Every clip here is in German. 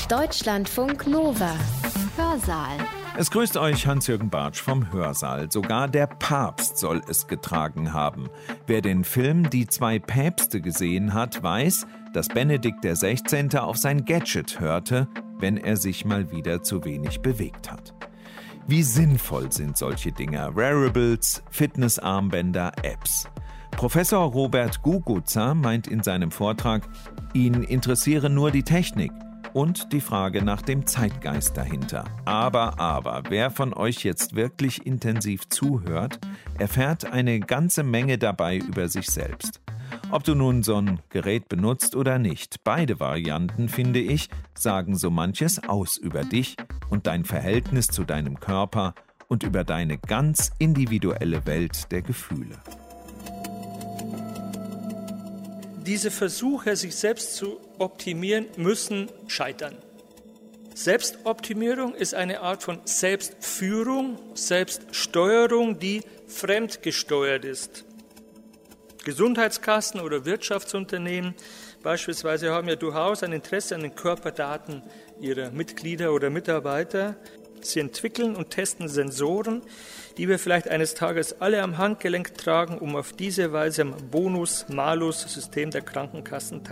Deutschlandfunk Nova. Hörsaal. Es grüßt euch Hans-Jürgen Bartsch vom Hörsaal. Sogar der Papst soll es getragen haben. Wer den Film Die zwei Päpste gesehen hat, weiß, dass Benedikt XVI. Auf sein Gadget hörte, wenn er sich mal wieder zu wenig bewegt hat. Wie sinnvoll sind solche Dinger? Wearables, Fitnessarmbänder, Apps. Professor Robert Guguza meint in seinem Vortrag, ihn interessiere nur die Technik und die Frage nach dem Zeitgeist dahinter. Aber, wer von euch jetzt wirklich intensiv zuhört, erfährt eine ganze Menge dabei über sich selbst. Ob du nun so ein Gerät benutzt oder nicht, beide Varianten, finde ich, sagen so manches aus über dich und dein Verhältnis zu deinem Körper und über deine ganz individuelle Welt der Gefühle. Diese Versuche, sich selbst zu optimieren, müssen scheitern. Selbstoptimierung ist eine Art von Selbstführung, Selbststeuerung, die fremdgesteuert ist. Gesundheitskassen oder Wirtschaftsunternehmen beispielsweise haben ja durchaus ein Interesse an den Körperdaten ihrer Mitglieder oder Mitarbeiter. Sie entwickeln und testen Sensoren, die wir vielleicht eines Tages alle am Handgelenk tragen, um auf diese Weise am Bonus-Malus-System der Krankenkassen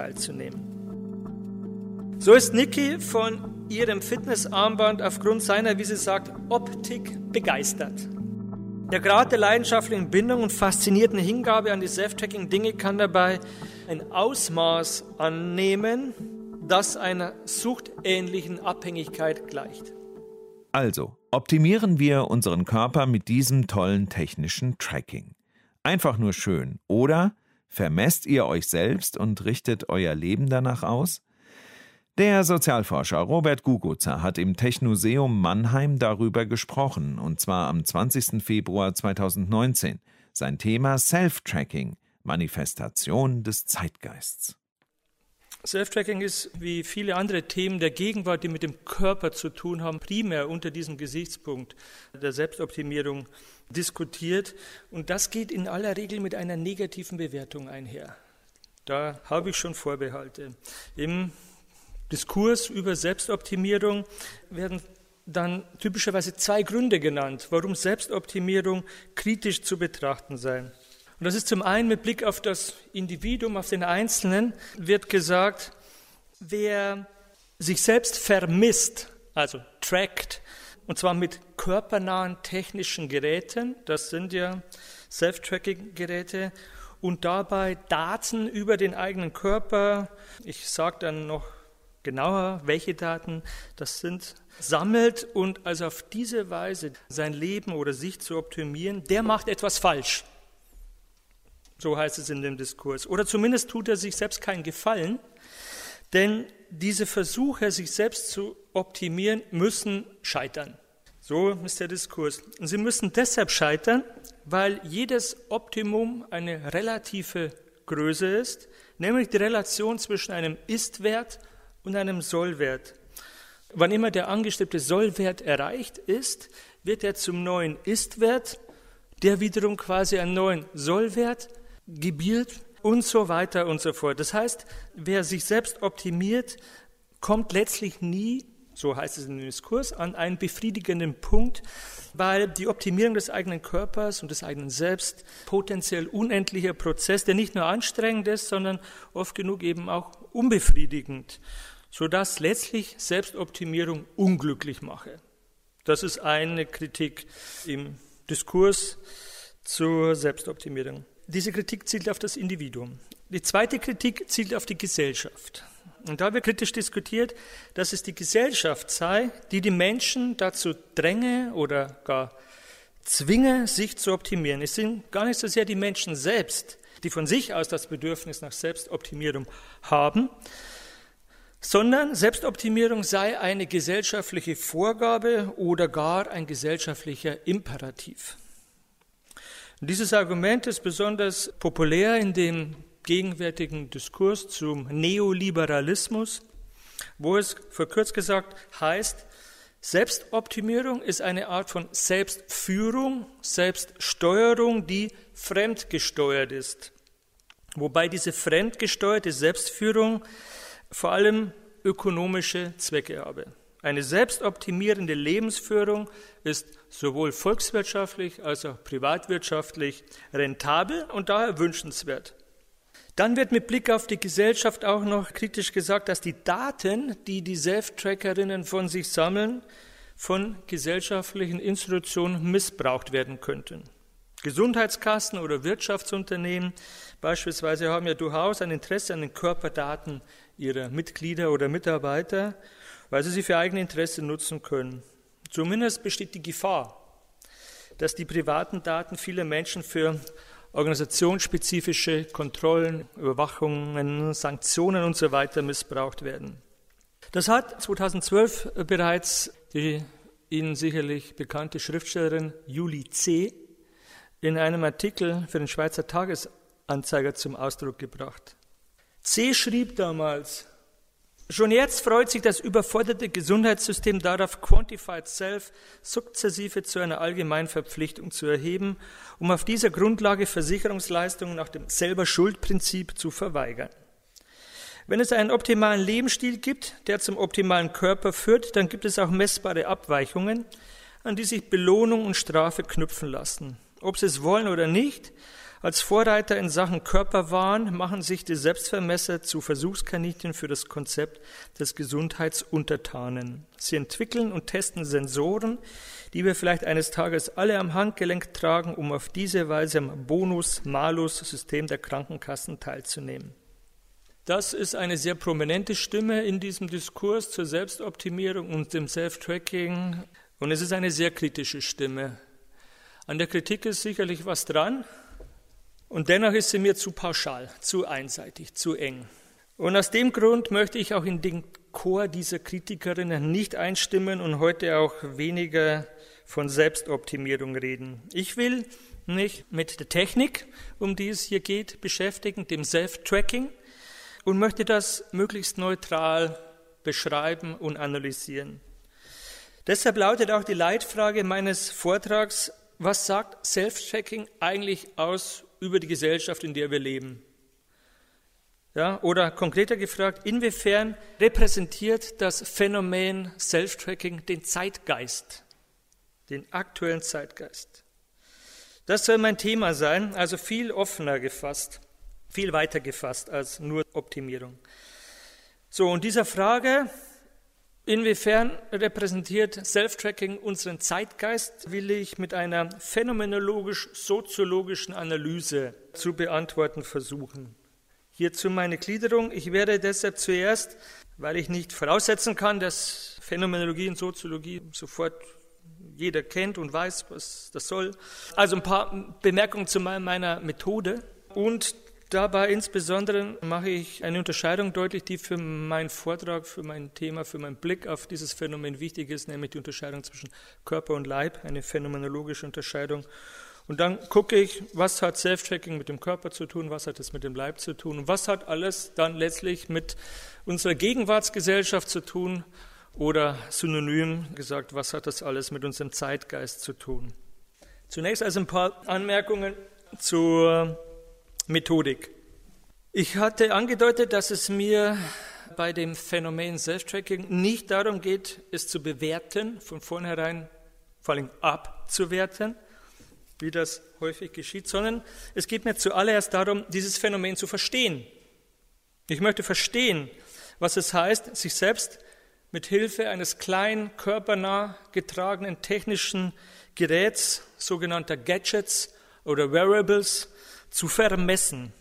teilzunehmen. So ist Niki von ihrem Fitnessarmband aufgrund seiner, wie sie sagt, Optik begeistert. Der Grad der leidenschaftlichen Bindung und faszinierten Hingabe an die Self-Tracking-Dinge kann dabei ein Ausmaß annehmen, das einer suchtähnlichen Abhängigkeit gleicht. Also, optimieren wir unseren Körper mit diesem tollen technischen Tracking. Einfach nur schön. Oder vermesst ihr euch selbst und richtet euer Leben danach aus? Der Sozialforscher Robert Guguza hat im Technuseum Mannheim darüber gesprochen, und zwar am 20. Februar 2019. Sein Thema Self-Tracking, Manifestation des Zeitgeists. Self-Tracking ist, wie viele andere Themen der Gegenwart, die mit dem Körper zu tun haben, primär unter diesem Gesichtspunkt der Selbstoptimierung diskutiert. Und das geht in aller Regel mit einer negativen Bewertung einher. Da habe ich schon Vorbehalte. Im Diskurs über Selbstoptimierung werden dann typischerweise zwei Gründe genannt, warum Selbstoptimierung kritisch zu betrachten sei. Und das ist zum einen mit Blick auf das Individuum, auf den Einzelnen, wird gesagt, wer sich selbst vermisst, also trackt, und zwar mit körpernahen technischen Geräten, das sind ja Self-Tracking-Geräte, und dabei Daten über den eigenen Körper, ich sage dann noch genauer, welche Daten das sind, sammelt und also auf diese Weise sein Leben oder sich zu optimieren, der macht etwas falsch. So heißt es in dem Diskurs. Oder zumindest tut er sich selbst keinen Gefallen, denn diese Versuche, sich selbst zu optimieren, müssen scheitern. So ist der Diskurs. Und sie müssen deshalb scheitern, weil jedes Optimum eine relative Größe ist, nämlich die Relation zwischen einem Ist-Wert und einem Soll-Wert. Wann immer der angestrebte Soll-Wert erreicht ist, wird er zum neuen Ist-Wert, der wiederum quasi einen neuen Soll-Wert gebiert und so weiter und so fort. Das heißt, wer sich selbst optimiert, kommt letztlich nie, so heißt es in dem Diskurs, an einen befriedigenden Punkt, weil die Optimierung des eigenen Körpers und des eigenen Selbst potenziell unendlicher Prozess, der nicht nur anstrengend ist, sondern oft genug eben auch unbefriedigend, sodass letztlich Selbstoptimierung unglücklich mache. Das ist eine Kritik im Diskurs zur Selbstoptimierung. Diese Kritik zielt auf das Individuum. Die zweite Kritik zielt auf die Gesellschaft. Und da wird kritisch diskutiert, dass es die Gesellschaft sei, die die Menschen dazu dränge oder gar zwinge, sich zu optimieren. Es sind gar nicht so sehr die Menschen selbst, die von sich aus das Bedürfnis nach Selbstoptimierung haben, sondern Selbstoptimierung sei eine gesellschaftliche Vorgabe oder gar ein gesellschaftlicher Imperativ. Und dieses Argument ist besonders populär in dem gegenwärtigen Diskurs zum Neoliberalismus, wo es verkürzt gesagt heißt, Selbstoptimierung ist eine Art von Selbstführung, Selbststeuerung, die fremdgesteuert ist. Wobei diese fremdgesteuerte Selbstführung vor allem ökonomische Zwecke habe. Eine selbstoptimierende Lebensführung ist sowohl volkswirtschaftlich als auch privatwirtschaftlich rentabel und daher wünschenswert. Dann wird mit Blick auf die Gesellschaft auch noch kritisch gesagt, dass die Daten, die die Self-Trackerinnen von sich sammeln, von gesellschaftlichen Institutionen missbraucht werden könnten. Gesundheitskassen oder Wirtschaftsunternehmen beispielsweise haben ja durchaus ein Interesse an den Körperdaten ihrer Mitglieder oder Mitarbeiter, weil sie für eigene Interessen nutzen können. Zumindest besteht die Gefahr, dass die privaten Daten vieler Menschen für organisationsspezifische Kontrollen, Überwachungen, Sanktionen usw. missbraucht werden. Das hat 2012 bereits die Ihnen sicherlich bekannte Schriftstellerin Julie C. in einem Artikel für den Schweizer Tagesanzeiger zum Ausdruck gebracht. C. schrieb damals: Schon jetzt freut sich das überforderte Gesundheitssystem darauf, Quantified Self sukzessive zu einer allgemeinen Verpflichtung zu erheben, um auf dieser Grundlage Versicherungsleistungen nach dem Selber-Schuld-Prinzip zu verweigern. Wenn es einen optimalen Lebensstil gibt, der zum optimalen Körper führt, dann gibt es auch messbare Abweichungen, an die sich Belohnung und Strafe knüpfen lassen. Ob sie es wollen oder nicht, als Vorreiter in Sachen Körperwahn machen sich die Selbstvermesser zu Versuchskaninchen für das Konzept des Gesundheitsuntertanen. Sie entwickeln und testen Sensoren, die wir vielleicht eines Tages alle am Handgelenk tragen, um auf diese Weise am Bonus-Malus-System der Krankenkassen teilzunehmen. Das ist eine sehr prominente Stimme in diesem Diskurs zur Selbstoptimierung und dem Self-Tracking. Und es ist eine sehr kritische Stimme. An der Kritik ist sicherlich was dran. Und dennoch ist sie mir zu pauschal, zu einseitig, zu eng. Und aus dem Grund möchte ich auch in den Chor dieser Kritikerinnen nicht einstimmen und heute auch weniger von Selbstoptimierung reden. Ich will mich mit der Technik, um die es hier geht, beschäftigen, dem Self-Tracking, und möchte das möglichst neutral beschreiben und analysieren. Deshalb lautet auch die Leitfrage meines Vortrags: Was sagt Self-Tracking eigentlich aus über die Gesellschaft, in der wir leben? Ja, oder konkreter gefragt, inwiefern repräsentiert das Phänomen Self-Tracking den Zeitgeist, den aktuellen Zeitgeist? Das soll mein Thema sein, also viel offener gefasst, viel weiter gefasst als nur Optimierung. So, und dieser Frage, inwiefern repräsentiert Self-Tracking unseren Zeitgeist, will ich mit einer phänomenologisch-soziologischen Analyse zu beantworten versuchen. Hierzu meine Gliederung. Ich werde deshalb zuerst, weil ich nicht voraussetzen kann, dass Phänomenologie und Soziologie sofort jeder kennt und weiß, was das soll, also ein paar Bemerkungen zu meiner Methode, und dabei insbesondere mache ich eine Unterscheidung deutlich, die für meinen Vortrag, für mein Thema, für meinen Blick auf dieses Phänomen wichtig ist, nämlich die Unterscheidung zwischen Körper und Leib, eine phänomenologische Unterscheidung. Und dann gucke ich, was hat Self-Tracking mit dem Körper zu tun, was hat es mit dem Leib zu tun und was hat alles dann letztlich mit unserer Gegenwartsgesellschaft zu tun oder synonym gesagt, was hat das alles mit unserem Zeitgeist zu tun. Zunächst also ein paar Anmerkungen zur Methodik. Ich hatte angedeutet, dass es mir bei dem Phänomen Self-Tracking nicht darum geht, es zu bewerten, von vornherein vor allem abzuwerten, wie das häufig geschieht, sondern es geht mir zuallererst darum, dieses Phänomen zu verstehen. Ich möchte verstehen, was es heißt, sich selbst mit Hilfe eines kleinen, körpernah getragenen technischen Geräts, sogenannter Gadgets oder Wearables, zu vermessen.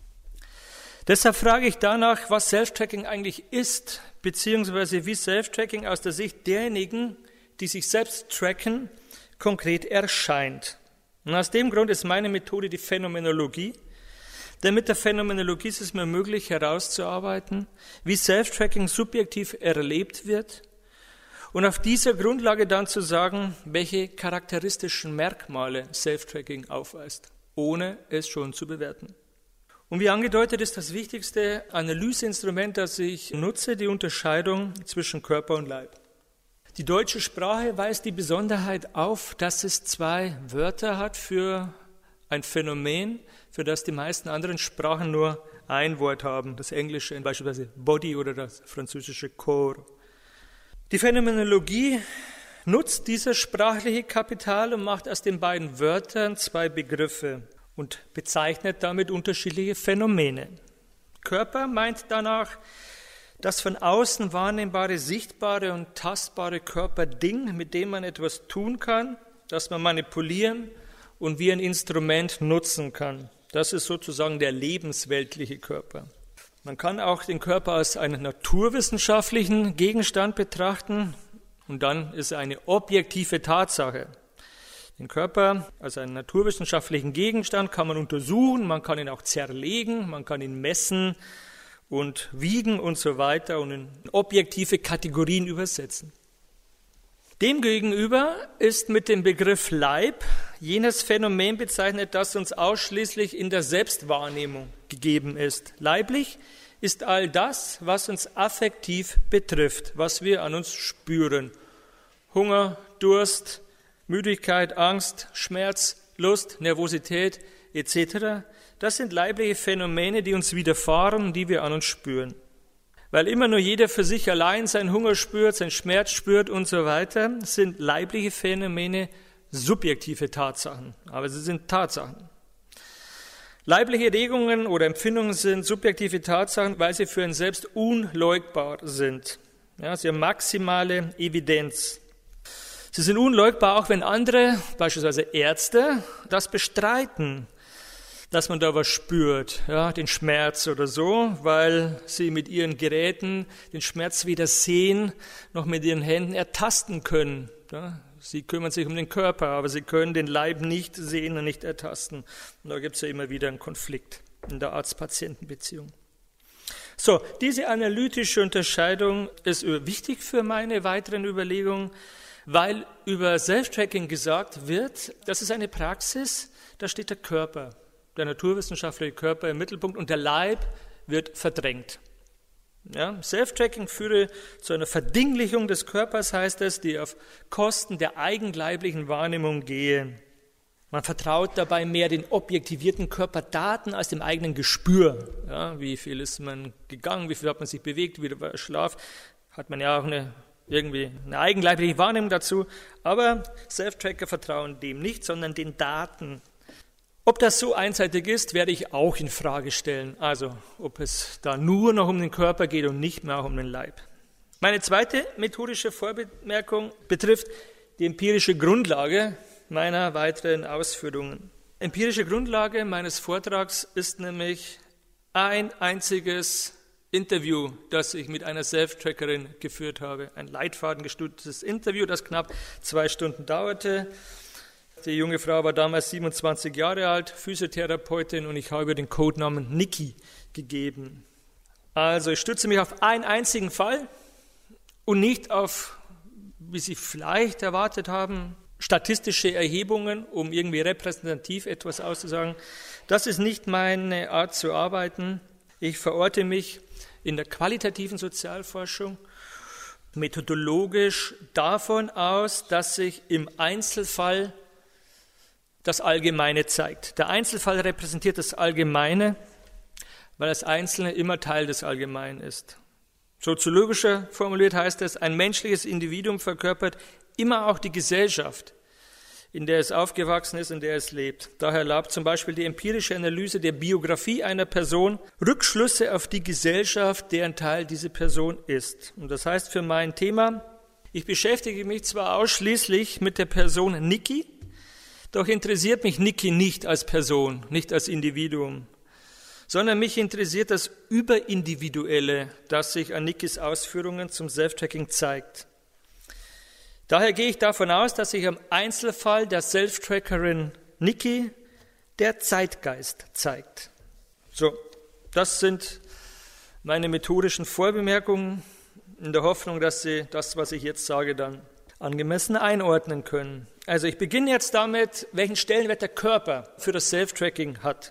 Deshalb frage ich danach, was Self-Tracking eigentlich ist, beziehungsweise wie Self-Tracking aus der Sicht derjenigen, die sich selbst tracken, konkret erscheint. Und aus dem Grund ist meine Methode die Phänomenologie, denn mit der Phänomenologie ist es mir möglich herauszuarbeiten, wie Self-Tracking subjektiv erlebt wird und auf dieser Grundlage dann zu sagen, welche charakteristischen Merkmale Self-Tracking aufweist, ohne es schon zu bewerten. Und wie angedeutet ist das wichtigste Analyseinstrument, das ich nutze, die Unterscheidung zwischen Körper und Leib. Die deutsche Sprache weist die Besonderheit auf, dass es zwei Wörter hat für ein Phänomen, für das die meisten anderen Sprachen nur ein Wort haben, das englische beispielsweise Body oder das französische Corps. Die Phänomenologie nutzt dieses sprachliche Kapital und macht aus den beiden Wörtern zwei Begriffe und bezeichnet damit unterschiedliche Phänomene. Körper meint danach das von außen wahrnehmbare, sichtbare und tastbare Körperding, mit dem man etwas tun kann, das man manipulieren und wie ein Instrument nutzen kann. Das ist sozusagen der lebensweltliche Körper. Man kann auch den Körper als einen naturwissenschaftlichen Gegenstand betrachten und dann ist er eine objektive Tatsache. Den Körper als einen naturwissenschaftlichen Gegenstand kann man untersuchen, man kann ihn auch zerlegen, man kann ihn messen und wiegen und so weiter und in objektive Kategorien übersetzen. Demgegenüber ist mit dem Begriff Leib jenes Phänomen bezeichnet, das uns ausschließlich in der Selbstwahrnehmung gegeben ist. Leiblich ist all das, was uns affektiv betrifft, was wir an uns spüren. Hunger, Durst, Müdigkeit, Angst, Schmerz, Lust, Nervosität etc. Das sind leibliche Phänomene, die uns widerfahren, die wir an uns spüren. Weil immer nur jeder für sich allein seinen Hunger spürt, seinen Schmerz spürt und so weiter, sind leibliche Phänomene subjektive Tatsachen. Aber sie sind Tatsachen. Leibliche Regungen oder Empfindungen sind subjektive Tatsachen, weil sie für einen selbst unleugbar sind. Ja, sie haben maximale Evidenz. Sie sind unleugbar, auch wenn andere, beispielsweise Ärzte, das bestreiten, dass man da was spürt, ja, den Schmerz oder so, weil sie mit ihren Geräten den Schmerz weder sehen noch mit ihren Händen ertasten können. Ja. Sie kümmern sich um den Körper, aber sie können den Leib nicht sehen und nicht ertasten. Und da gibt es ja immer wieder einen Konflikt in der Arzt-Patienten-Beziehung. So, diese analytische Unterscheidung ist wichtig für meine weiteren Überlegungen, weil über Self-Tracking gesagt wird, das ist eine Praxis, da steht der Körper, der naturwissenschaftliche Körper im Mittelpunkt und der Leib wird verdrängt. Ja, Self-Tracking führe zu einer Verdinglichung des Körpers, heißt es, die auf Kosten der eigenleiblichen Wahrnehmung gehe. Man vertraut dabei mehr den objektivierten Körperdaten als dem eigenen Gespür. Ja, wie viel ist man gegangen, wie viel hat man sich bewegt, wie war der Schlaf, hat man ja auch irgendwie eine eigenleibliche Wahrnehmung dazu. Aber Self-Tracker vertrauen dem nicht, sondern den Daten. Ob das so einseitig ist, werde ich auch in Frage stellen. Also, ob es da nur noch um den Körper geht und nicht mehr auch um den Leib. Meine zweite methodische Vorbemerkung betrifft die empirische Grundlage meiner weiteren Ausführungen. Empirische Grundlage meines Vortrags ist nämlich ein einziges Interview, das ich mit einer Self-Trackerin geführt habe. Ein leitfadengestütztes Interview, das knapp 2 Stunden dauerte. Die junge Frau war damals 27 Jahre alt, Physiotherapeutin und ich habe ihr den Codenamen Niki gegeben. Also ich stütze mich auf einen einzigen Fall und nicht auf, wie Sie vielleicht erwartet haben, statistische Erhebungen, um irgendwie repräsentativ etwas auszusagen. Das ist nicht meine Art zu arbeiten. Ich verorte mich in der qualitativen Sozialforschung methodologisch davon aus, dass sich im Einzelfall das Allgemeine zeigt. Der Einzelfall repräsentiert das Allgemeine, weil das Einzelne immer Teil des Allgemeinen ist. Soziologischer formuliert heißt es, ein menschliches Individuum verkörpert immer auch die Gesellschaft, in der es aufgewachsen ist, in der es lebt. Daher erlaubt zum Beispiel die empirische Analyse der Biografie einer Person Rückschlüsse auf die Gesellschaft, deren Teil diese Person ist. Und das heißt für mein Thema, ich beschäftige mich zwar ausschließlich mit der Person Niki, doch interessiert mich Niki nicht als Person, nicht als Individuum, sondern mich interessiert das Überindividuelle, das sich an Nikis Ausführungen zum Self-Tracking zeigt. Daher gehe ich davon aus, dass sich am Einzelfall der Self-Trackerin Niki der Zeitgeist zeigt. So, das sind meine methodischen Vorbemerkungen in der Hoffnung, dass Sie das, was ich jetzt sage, dann angemessen einordnen können. Also ich beginne jetzt damit, welchen Stellenwert der Körper für das Self-Tracking hat.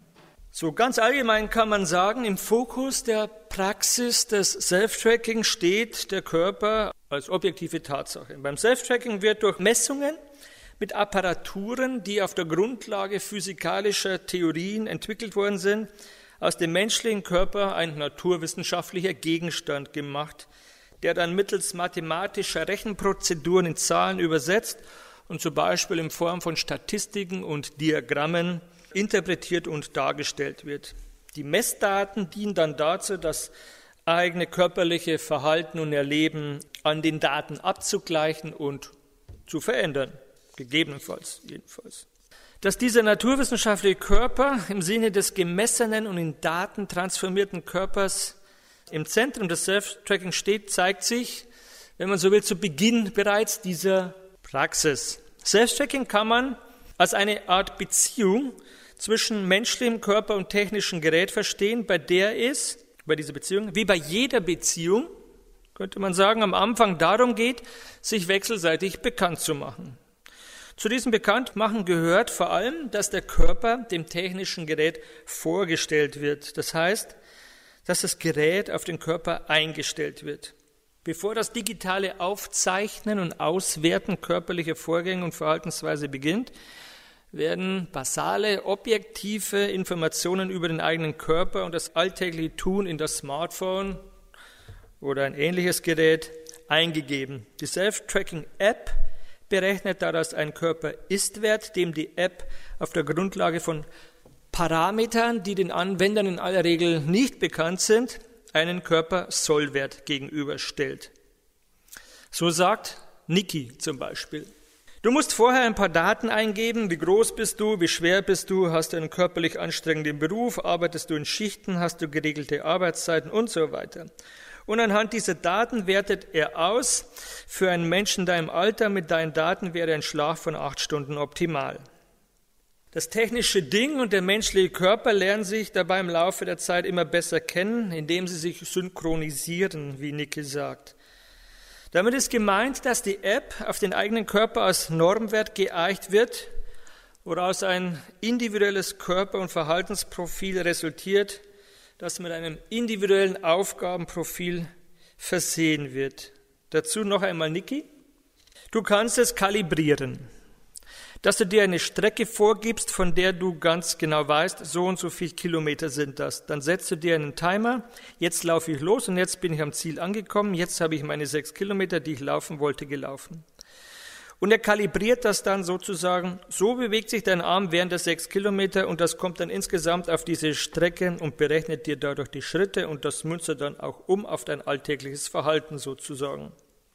So ganz allgemein kann man sagen, im Fokus der Praxis des Self-Tracking steht der Körper als objektive Tatsache. Beim Self-Tracking wird durch Messungen mit Apparaturen, die auf der Grundlage physikalischer Theorien entwickelt worden sind, aus dem menschlichen Körper ein naturwissenschaftlicher Gegenstand gemacht, der dann mittels mathematischer Rechenprozeduren in Zahlen übersetzt und zum Beispiel in Form von Statistiken und Diagrammen interpretiert und dargestellt wird. Die Messdaten dienen dann dazu, das eigene körperliche Verhalten und Erleben an den Daten abzugleichen und zu verändern, gegebenenfalls jedenfalls. Dass dieser naturwissenschaftliche Körper im Sinne des gemessenen und in Daten transformierten Körpers im Zentrum des Self-Tracking steht, zeigt sich, wenn man so will, zu Beginn bereits dieser Praxis. Self-Tracking kann man als eine Art Beziehung zwischen menschlichem Körper und technischem Gerät verstehen, bei dieser Beziehung, wie bei jeder Beziehung, könnte man sagen, am Anfang darum geht, sich wechselseitig bekannt zu machen. Zu diesem Bekanntmachen gehört vor allem, dass der Körper dem technischen Gerät vorgestellt wird. Das heißt, dass das Gerät auf den Körper eingestellt wird. Bevor das digitale Aufzeichnen und Auswerten körperlicher Vorgänge und Verhaltensweise beginnt, werden basale, objektive Informationen über den eigenen Körper und das alltägliche Tun in das Smartphone oder ein ähnliches Gerät eingegeben. Die Self-Tracking-App berechnet daraus einen Körper-Ist-Wert, dem die App auf der Grundlage von Parametern, die den Anwendern in aller Regel nicht bekannt sind, einen Körper-Soll-Wert gegenüberstellt. So sagt Niki zum Beispiel: Du musst vorher ein paar Daten eingeben, wie groß bist du, wie schwer bist du, hast du einen körperlich anstrengenden Beruf, arbeitest du in Schichten, hast du geregelte Arbeitszeiten und so weiter. Und anhand dieser Daten wertet er aus, für einen Menschen in deinem Alter mit deinen Daten wäre ein Schlaf von 8 Stunden optimal. Das technische Ding und der menschliche Körper lernen sich dabei im Laufe der Zeit immer besser kennen, indem sie sich synchronisieren, wie Niki sagt. Damit ist gemeint, dass die App auf den eigenen Körper als Normwert geeicht wird, woraus ein individuelles Körper- und Verhaltensprofil resultiert, das mit einem individuellen Aufgabenprofil versehen wird. Dazu noch einmal Niki. Du kannst es kalibrieren, dass du dir eine Strecke vorgibst, von der du ganz genau weißt, so und so viele Kilometer sind das. Dann setzt du dir einen Timer, jetzt laufe ich los und jetzt bin ich am Ziel angekommen, jetzt habe ich meine 6 Kilometer, die ich laufen wollte, gelaufen. Und er kalibriert das dann sozusagen, so bewegt sich dein Arm während der 6 Kilometer und das kommt dann insgesamt auf diese Strecke und berechnet dir dadurch die Schritte und das münzt er dann auch um auf dein alltägliches Verhalten sozusagen.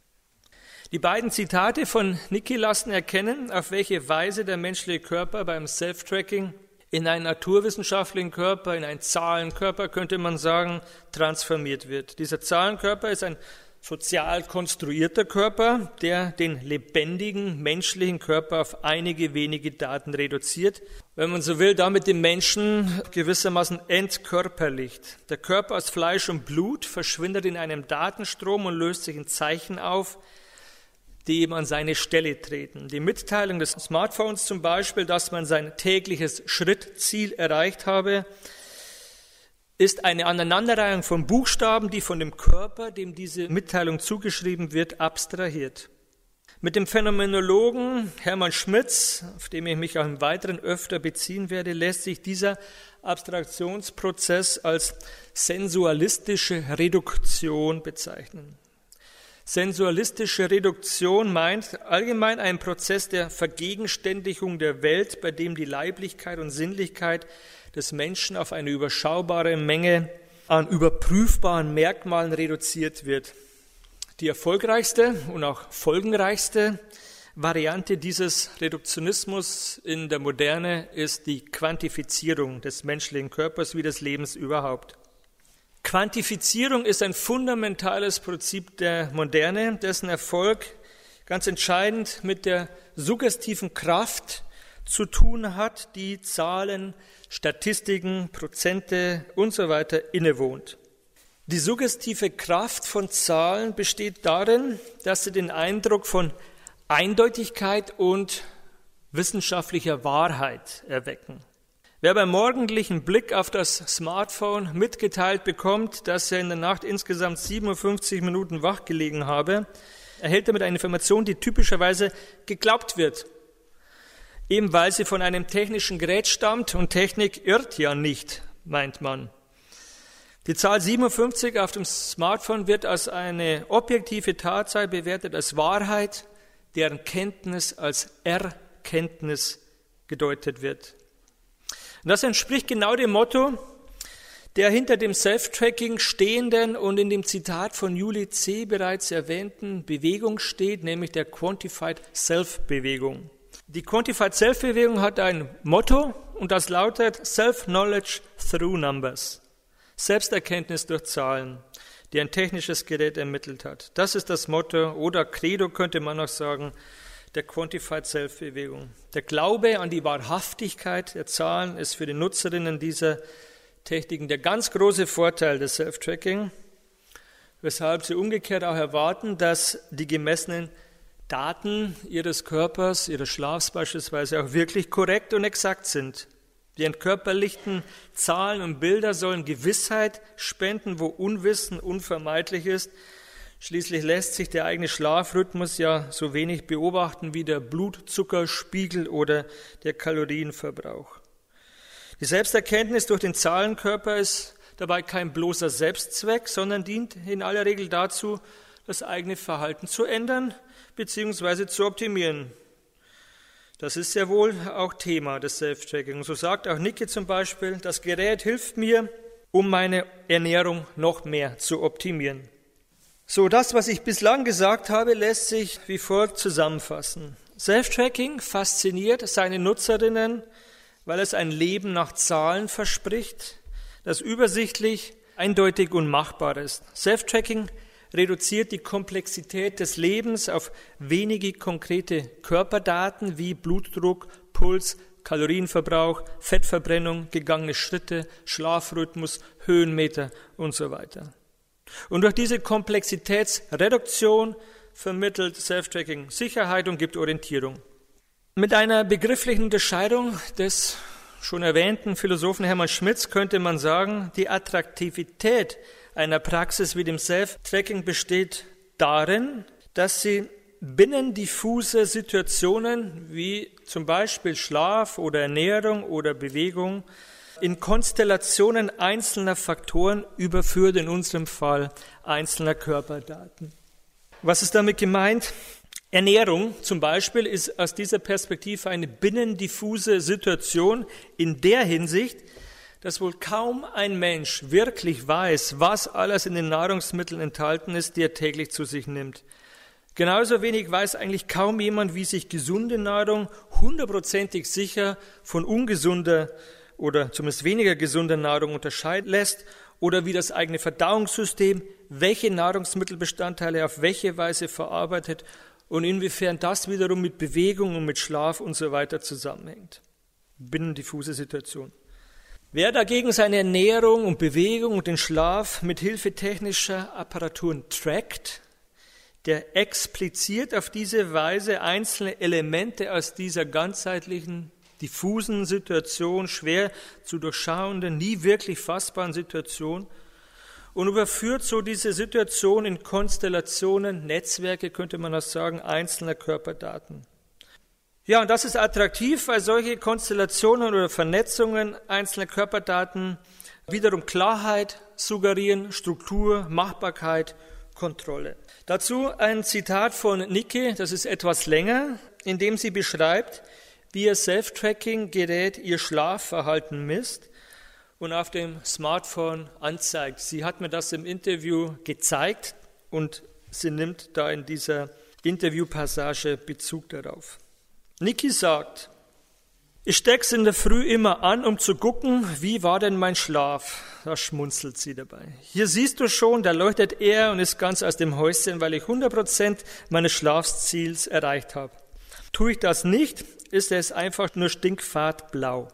Die beiden Zitate von Niki lassen erkennen, auf welche Weise der menschliche Körper beim Self-Tracking in einen naturwissenschaftlichen Körper, in einen Zahlenkörper, könnte man sagen, transformiert wird. Dieser Zahlenkörper ist ein sozial konstruierter Körper, der den lebendigen menschlichen Körper auf einige wenige Daten reduziert, wenn man so will, damit den Menschen gewissermaßen entkörperlicht. Der Körper aus Fleisch und Blut verschwindet in einem Datenstrom und löst sich in Zeichen auf, die ihm an seine Stelle treten. Die Mitteilung des Smartphones zum Beispiel, dass man sein tägliches Schrittziel erreicht habe, ist eine Aneinanderreihung von Buchstaben, die von dem Körper, dem diese Mitteilung zugeschrieben wird, abstrahiert. Mit dem Phänomenologen Hermann Schmitz, auf den ich mich auch im Weiteren öfter beziehen werde, lässt sich dieser Abstraktionsprozess als sensualistische Reduktion bezeichnen. Sensualistische Reduktion meint allgemein einen Prozess der Vergegenständigung der Welt, bei dem die Leiblichkeit und Sinnlichkeit des Menschen auf eine überschaubare Menge an überprüfbaren Merkmalen reduziert wird. Die erfolgreichste und auch folgenreichste Variante dieses Reduktionismus in der Moderne ist die Quantifizierung des menschlichen Körpers wie des Lebens überhaupt. Quantifizierung ist ein fundamentales Prinzip der Moderne, dessen Erfolg ganz entscheidend mit der suggestiven Kraft zu tun hat, die Zahlen, Statistiken, Prozente und so weiter innewohnt. Die suggestive Kraft von Zahlen besteht darin, dass sie den Eindruck von Eindeutigkeit und wissenschaftlicher Wahrheit erwecken. Wer beim morgendlichen Blick auf das Smartphone mitgeteilt bekommt, dass er in der Nacht insgesamt 57 Minuten wach gelegen habe, erhält damit eine Information, die typischerweise geglaubt wird. Eben weil sie von einem technischen Gerät stammt und Technik irrt ja nicht, meint man. Die Zahl 57 auf dem Smartphone wird als eine objektive Tatsache bewertet, als Wahrheit, deren Kenntnis als Erkenntnis gedeutet wird. Und das entspricht genau dem Motto der hinter dem Self-Tracking stehenden und in dem Zitat von Julie C. bereits erwähnten Bewegung steht, nämlich der Quantified Self-Bewegung. Die Quantified Self-Bewegung hat ein Motto und das lautet Self-Knowledge through Numbers. Selbsterkenntnis durch Zahlen, die ein technisches Gerät ermittelt hat. Das ist das Motto oder Credo könnte man auch sagen, der Quantified Self-Bewegung. Der Glaube an die Wahrhaftigkeit der Zahlen ist für die Nutzerinnen dieser Techniken der ganz große Vorteil des Self-Tracking, weshalb sie umgekehrt auch erwarten, dass die gemessenen Daten ihres Körpers, ihres Schlafs beispielsweise auch wirklich korrekt und exakt sind. Die entkörperlichten Zahlen und Bilder sollen Gewissheit spenden, wo Unwissen unvermeidlich ist. Schließlich lässt sich der eigene Schlafrhythmus ja so wenig beobachten wie der Blutzuckerspiegel oder der Kalorienverbrauch. Die Selbsterkenntnis durch den Zahlenkörper ist dabei kein bloßer Selbstzweck, sondern dient in aller Regel dazu, das eigene Verhalten zu ändern bzw. zu optimieren. Das ist sehr wohl auch Thema des Self-Tracking. So sagt auch Niki zum Beispiel, das Gerät hilft mir, um meine Ernährung noch mehr zu optimieren. So, das, was ich bislang gesagt habe, lässt sich wie folgt zusammenfassen. Self-Tracking fasziniert seine Nutzerinnen, weil es ein Leben nach Zahlen verspricht, das übersichtlich, eindeutig und machbar ist. Self-Tracking reduziert die Komplexität des Lebens auf wenige konkrete Körperdaten wie Blutdruck, Puls, Kalorienverbrauch, Fettverbrennung, gegangene Schritte, Schlafrhythmus, Höhenmeter und so weiter. Und durch diese Komplexitätsreduktion vermittelt Self-Tracking Sicherheit und gibt Orientierung. Mit einer begrifflichen Unterscheidung des schon erwähnten Philosophen Hermann Schmitz könnte man sagen, die Attraktivität einer Praxis wie dem Self-Tracking besteht darin, dass sie binnen diffuse Situationen wie zum Beispiel Schlaf oder Ernährung oder Bewegung in Konstellationen einzelner Faktoren überführt, in unserem Fall einzelner Körperdaten. Was ist damit gemeint? Ernährung zum Beispiel ist aus dieser Perspektive eine binnendiffuse Situation in der Hinsicht, dass wohl kaum ein Mensch wirklich weiß, was alles in den Nahrungsmitteln enthalten ist, die er täglich zu sich nimmt. Genauso wenig weiß eigentlich kaum jemand, wie sich gesunde Nahrung hundertprozentig sicher von ungesunder oder zumindest weniger gesunder Nahrung unterscheiden lässt oder wie das eigene Verdauungssystem welche Nahrungsmittelbestandteile auf welche Weise verarbeitet und inwiefern das wiederum mit Bewegung und mit Schlaf und so weiter zusammenhängt. Binnendiffuse Situation. Wer dagegen seine Ernährung und Bewegung und den Schlaf mit Hilfe technischer Apparaturen trackt, der expliziert auf diese Weise einzelne Elemente aus dieser ganzheitlichen, diffusen Situation, schwer zu durchschauenden, nie wirklich fassbaren Situation und überführt so diese Situation in Konstellationen, Netzwerke, könnte man das sagen, einzelner Körperdaten. Ja, und das ist attraktiv, weil solche Konstellationen oder Vernetzungen einzelner Körperdaten wiederum Klarheit suggerieren, Struktur, Machbarkeit, Kontrolle. Dazu ein Zitat von Niki, das ist etwas länger, in dem sie beschreibt, wie ihr Self-Tracking-Gerät ihr Schlafverhalten misst und auf dem Smartphone anzeigt. Sie hat mir das im Interview gezeigt und sie nimmt da in dieser Interviewpassage Bezug darauf. Niki sagt, ich steck's in der Früh immer an, um zu gucken, wie war denn mein Schlaf? Da schmunzelt sie dabei. Hier siehst du schon, da leuchtet er und ist ganz aus dem Häuschen, weil ich 100% meines Schlafziels erreicht habe. Tue ich das nicht, ist es einfach nur stinkfadblau.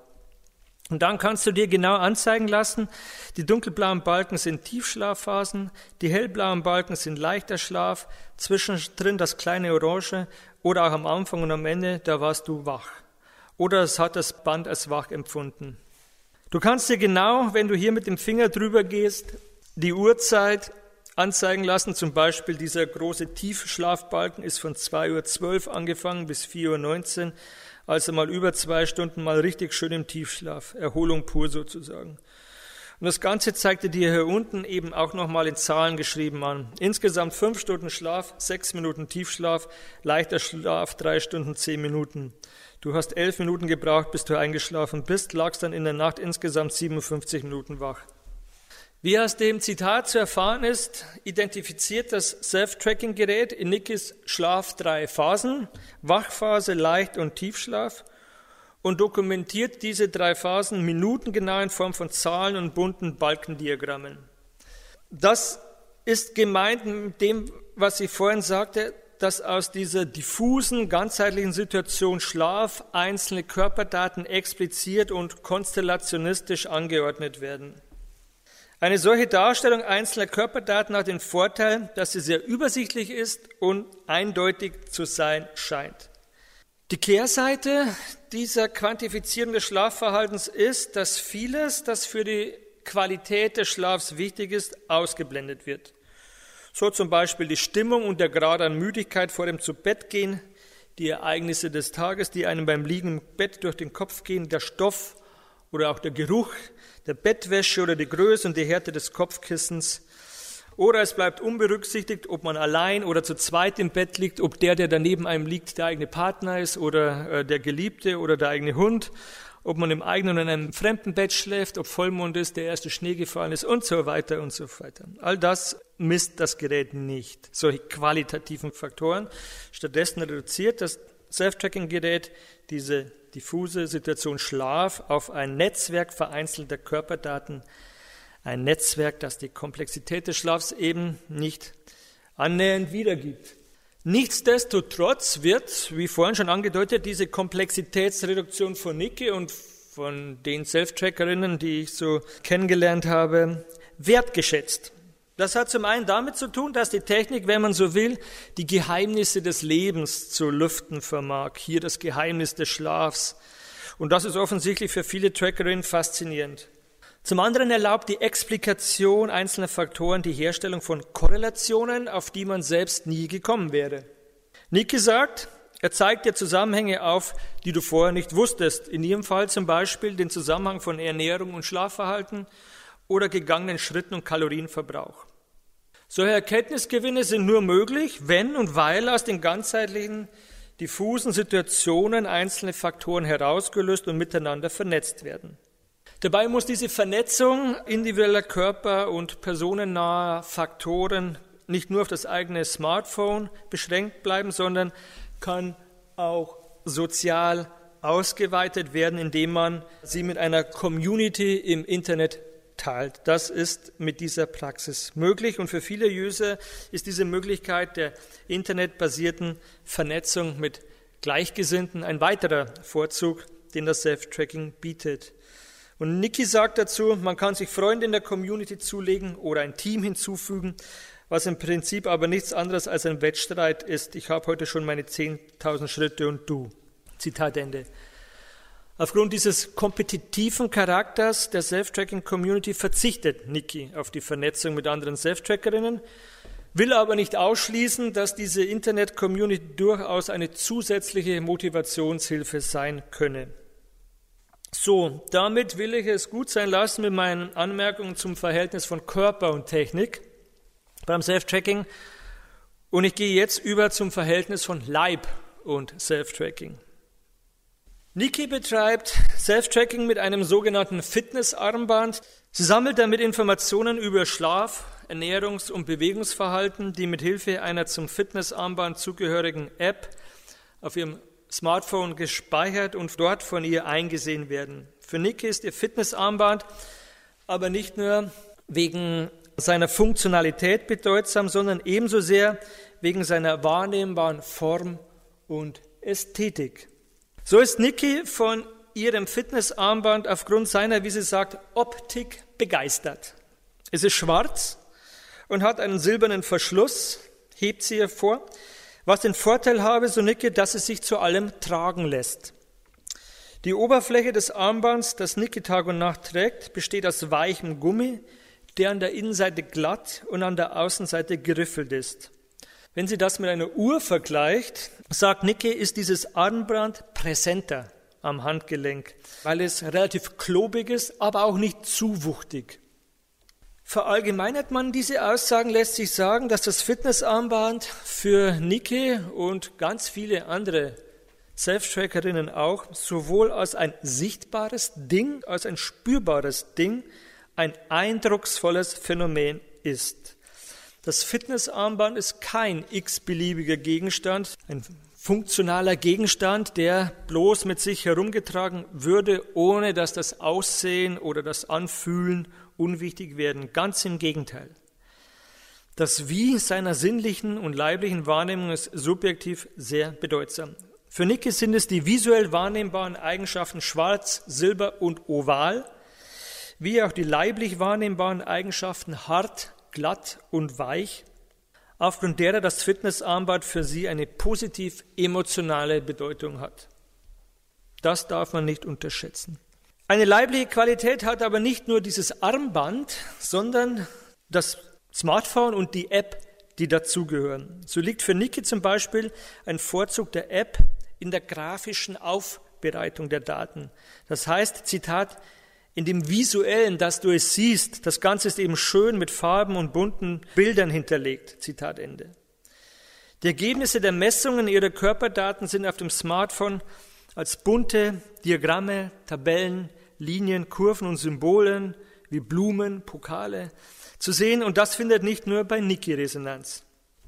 Und dann kannst du dir genau anzeigen lassen, die dunkelblauen Balken sind Tiefschlafphasen, die hellblauen Balken sind leichter Schlaf, zwischendrin das kleine Orange oder auch am Anfang und am Ende, da warst du wach. Oder es hat das Band als wach empfunden. Du kannst dir genau, wenn du hier mit dem Finger drüber gehst, die Uhrzeit anzeigen lassen. Zum Beispiel dieser große Tiefschlafbalken ist von 2:12 Uhr angefangen bis 4:19 Uhr. Also mal über 2 Stunden mal richtig schön im Tiefschlaf. Erholung pur sozusagen. Und das Ganze zeigte dir hier unten eben auch nochmal in Zahlen geschrieben an. Insgesamt 5 Stunden Schlaf, 6 Minuten Tiefschlaf, leichter Schlaf 3 Stunden 10 Minuten. Du hast 11 Minuten gebraucht, bis du eingeschlafen bist, lagst dann in der Nacht insgesamt 57 Minuten wach. Wie aus dem Zitat zu erfahren ist, identifiziert das Self-Tracking-Gerät in Nickys Schlaf 3 Phasen, Wachphase, Leicht- und Tiefschlaf, und dokumentiert diese 3 Phasen minutengenau in Form von Zahlen und bunten Balkendiagrammen. Das ist gemeint mit dem, was ich vorhin sagte, dass aus dieser diffusen, ganzheitlichen Situation Schlaf einzelne Körperdaten expliziert und konstellationistisch angeordnet werden. Eine solche Darstellung einzelner Körperdaten hat den Vorteil, dass sie sehr übersichtlich ist und eindeutig zu sein scheint. Die Kehrseite dieser Quantifizierung des Schlafverhaltens ist, dass vieles, das für die Qualität des Schlafs wichtig ist, ausgeblendet wird. So zum Beispiel die Stimmung und der Grad an Müdigkeit vor dem Zubettgehen, die Ereignisse des Tages, die einem beim Liegen im Bett durch den Kopf gehen, der Stoff oder auch der Geruch der Bettwäsche oder die Größe und die Härte des Kopfkissens. Oder es bleibt unberücksichtigt, ob man allein oder zu zweit im Bett liegt, ob der daneben einem liegt, der eigene Partner ist oder der Geliebte oder der eigene Hund, ob man im eigenen oder in einem fremden Bett schläft, ob Vollmond ist, der erste Schnee gefallen ist und so weiter und so weiter. All das misst das Gerät nicht, solche qualitativen Faktoren. Stattdessen reduziert das Self-Tracking-Gerät diese diffuse Situation Schlaf auf ein Netzwerk vereinzelter Körperdaten, ein Netzwerk, das die Komplexität des Schlafs eben nicht annähernd wiedergibt. Nichtsdestotrotz wird, wie vorhin schon angedeutet, diese Komplexitätsreduktion von Nicky und von den Self-Trackerinnen, die ich so kennengelernt habe, wertgeschätzt. Das hat zum einen damit zu tun, dass die Technik, wenn man so will, die Geheimnisse des Lebens zu lüften vermag. Hier das Geheimnis des Schlafs. Und das ist offensichtlich für viele Trackerinnen faszinierend. Zum anderen erlaubt die Explikation einzelner Faktoren die Herstellung von Korrelationen, auf die man selbst nie gekommen wäre. Nicky sagt, er zeigt dir Zusammenhänge auf, die du vorher nicht wusstest. In ihrem Fall zum Beispiel den Zusammenhang von Ernährung und Schlafverhalten oder gegangenen Schritten und Kalorienverbrauch. Solche Erkenntnisgewinne sind nur möglich, wenn und weil aus den ganzheitlichen, diffusen Situationen einzelne Faktoren herausgelöst und miteinander vernetzt werden. Dabei muss diese Vernetzung individueller Körper- und personennaher Faktoren nicht nur auf das eigene Smartphone beschränkt bleiben, sondern kann auch sozial ausgeweitet werden, indem man sie mit einer Community im Internet teilt. Das ist mit dieser Praxis möglich und für viele User ist diese Möglichkeit der internetbasierten Vernetzung mit Gleichgesinnten ein weiterer Vorzug, den das Self-Tracking bietet. Und Nicky sagt dazu, man kann sich Freunde in der Community zulegen oder ein Team hinzufügen, was im Prinzip aber nichts anderes als ein Wettstreit ist. Ich habe heute schon meine 10.000 Schritte und du. Zitat Ende. Aufgrund dieses kompetitiven Charakters der Self-Tracking-Community verzichtet Nicky auf die Vernetzung mit anderen Self-Trackerinnen, will aber nicht ausschließen, dass diese Internet-Community durchaus eine zusätzliche Motivationshilfe sein könne. So, damit will ich es gut sein lassen mit meinen Anmerkungen zum Verhältnis von Körper und Technik beim Self-Tracking. Und ich gehe jetzt über zum Verhältnis von Leib und Self-Tracking. Nicky betreibt Self-Tracking mit einem sogenannten Fitnessarmband. Sie sammelt damit Informationen über Schlaf, Ernährungs- und Bewegungsverhalten, die mit Hilfe einer zum Fitnessarmband zugehörigen App auf ihrem Smartphone gespeichert und dort von ihr eingesehen werden. Für Nicky ist ihr Fitnessarmband aber nicht nur wegen seiner Funktionalität bedeutsam, sondern ebenso sehr wegen seiner wahrnehmbaren Form und Ästhetik. So ist Nicky von ihrem Fitnessarmband aufgrund seiner, wie sie sagt, Optik begeistert. Es ist schwarz und hat einen silbernen Verschluss, hebt sie hervor, was den Vorteil habe, so Nicky, dass es sich zu allem tragen lässt. Die Oberfläche des Armbands, das Nicky Tag und Nacht trägt, besteht aus weichem Gummi, der an der Innenseite glatt und an der Außenseite geriffelt ist. Wenn sie das mit einer Uhr vergleicht, sagt Nicky, ist dieses Armband präsenter am Handgelenk, weil es relativ klobig ist, aber auch nicht zu wuchtig. Verallgemeinert man diese Aussagen, lässt sich sagen, dass das Fitnessarmband für Niki und ganz viele andere Self-Trackerinnen auch sowohl als ein sichtbares Ding, als ein spürbares Ding, ein eindrucksvolles Phänomen ist. Das Fitnessarmband ist kein x-beliebiger Gegenstand, ein funktionaler Gegenstand, der bloß mit sich herumgetragen würde, ohne dass das Aussehen oder das Anfühlen unwichtig werden. Ganz im Gegenteil. Das Wie seiner sinnlichen und leiblichen Wahrnehmung ist subjektiv sehr bedeutsam. Für Niki sind es die visuell wahrnehmbaren Eigenschaften Schwarz, Silber und Oval, wie auch die leiblich wahrnehmbaren Eigenschaften hart, glatt und weich, aufgrund derer das Fitnessarmband für sie eine positiv emotionale Bedeutung hat. Das darf man nicht unterschätzen. Eine leibliche Qualität hat aber nicht nur dieses Armband, sondern das Smartphone und die App, die dazugehören. So liegt für Niki zum Beispiel ein Vorzug der App in der grafischen Aufbereitung der Daten. Das heißt, Zitat, in dem Visuellen, dass du es siehst, das Ganze ist eben schön mit Farben und bunten Bildern hinterlegt. Zitat Ende. Die Ergebnisse der Messungen ihrer Körperdaten sind auf dem Smartphone als bunte Diagramme, Tabellen, Linien, Kurven und Symbolen wie Blumen, Pokale zu sehen, und das findet nicht nur bei Niki Resonanz.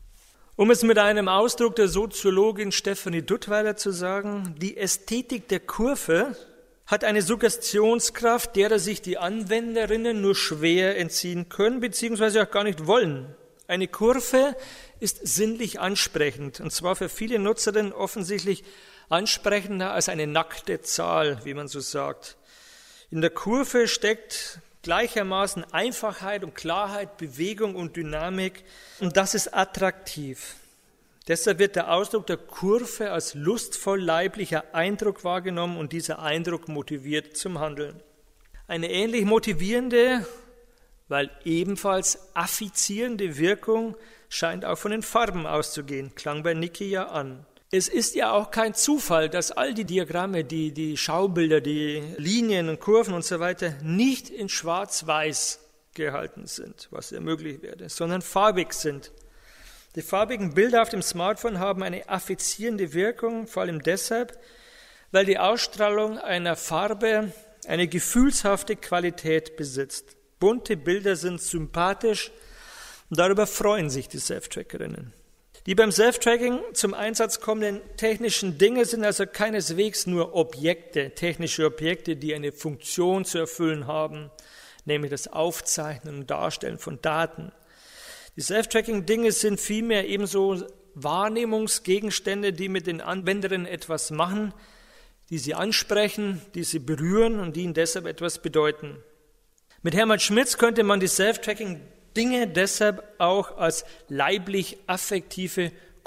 Um es mit einem Ausdruck der Soziologin Stefanie Duttweiler zu sagen, die Ästhetik der Kurve hat eine Suggestionskraft, derer sich die Anwenderinnen nur schwer entziehen können, beziehungsweise auch gar nicht wollen. Eine Kurve ist sinnlich ansprechend, und zwar für viele Nutzerinnen offensichtlich ansprechender als eine nackte Zahl, wie man so sagt. In der Kurve steckt gleichermaßen Einfachheit und Klarheit, Bewegung und Dynamik, und das ist attraktiv. Deshalb wird der Ausdruck der Kurve als lustvoll leiblicher Eindruck wahrgenommen, und dieser Eindruck motiviert zum Handeln. Eine ähnlich motivierende, weil ebenfalls affizierende Wirkung scheint auch von den Farben auszugehen, klang bei Niki ja an. Es ist ja auch kein Zufall, dass all die Diagramme, die Schaubilder, die Linien und Kurven und so weiter nicht in schwarz-weiß gehalten sind, was ja möglich wäre, sondern farbig sind. Die farbigen Bilder auf dem Smartphone haben eine affizierende Wirkung, vor allem deshalb, weil die Ausstrahlung einer Farbe eine gefühlshafte Qualität besitzt. Bunte Bilder sind sympathisch und darüber freuen sich die Self-Trackerinnen. Die beim Self-Tracking zum Einsatz kommenden technischen Dinge sind also keineswegs nur Objekte, technische Objekte, die eine Funktion zu erfüllen haben, nämlich das Aufzeichnen und Darstellen von Daten. Die Self-Tracking-Dinge sind vielmehr ebenso Wahrnehmungsgegenstände, die mit den Anwenderinnen etwas machen, die sie ansprechen, die sie berühren und die ihnen deshalb etwas bedeuten. Mit Hermann Schmitz könnte man die Self-Tracking-Dinge deshalb auch als leiblich-affektive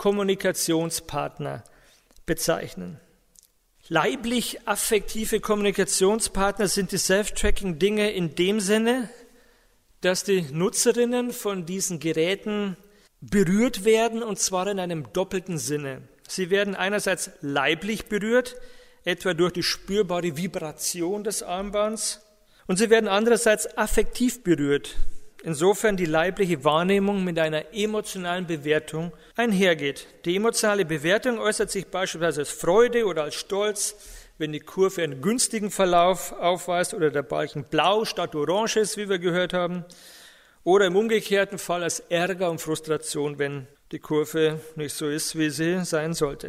Kommunikationspartner bezeichnen. Leiblich-affektive Kommunikationspartner sind die Self-Tracking-Dinge in dem Sinne, dass die Nutzerinnen von diesen Geräten berührt werden, und zwar in einem doppelten Sinne. Sie werden einerseits leiblich berührt, etwa durch die spürbare Vibration des Armbands, und sie werden andererseits affektiv berührt, insofern die leibliche Wahrnehmung mit einer emotionalen Bewertung einhergeht. Die emotionale Bewertung äußert sich beispielsweise als Freude oder als Stolz, wenn die Kurve einen günstigen Verlauf aufweist oder der Balken blau statt orange ist, wie wir gehört haben, oder im umgekehrten Fall als Ärger und Frustration, wenn die Kurve nicht so ist, wie sie sein sollte.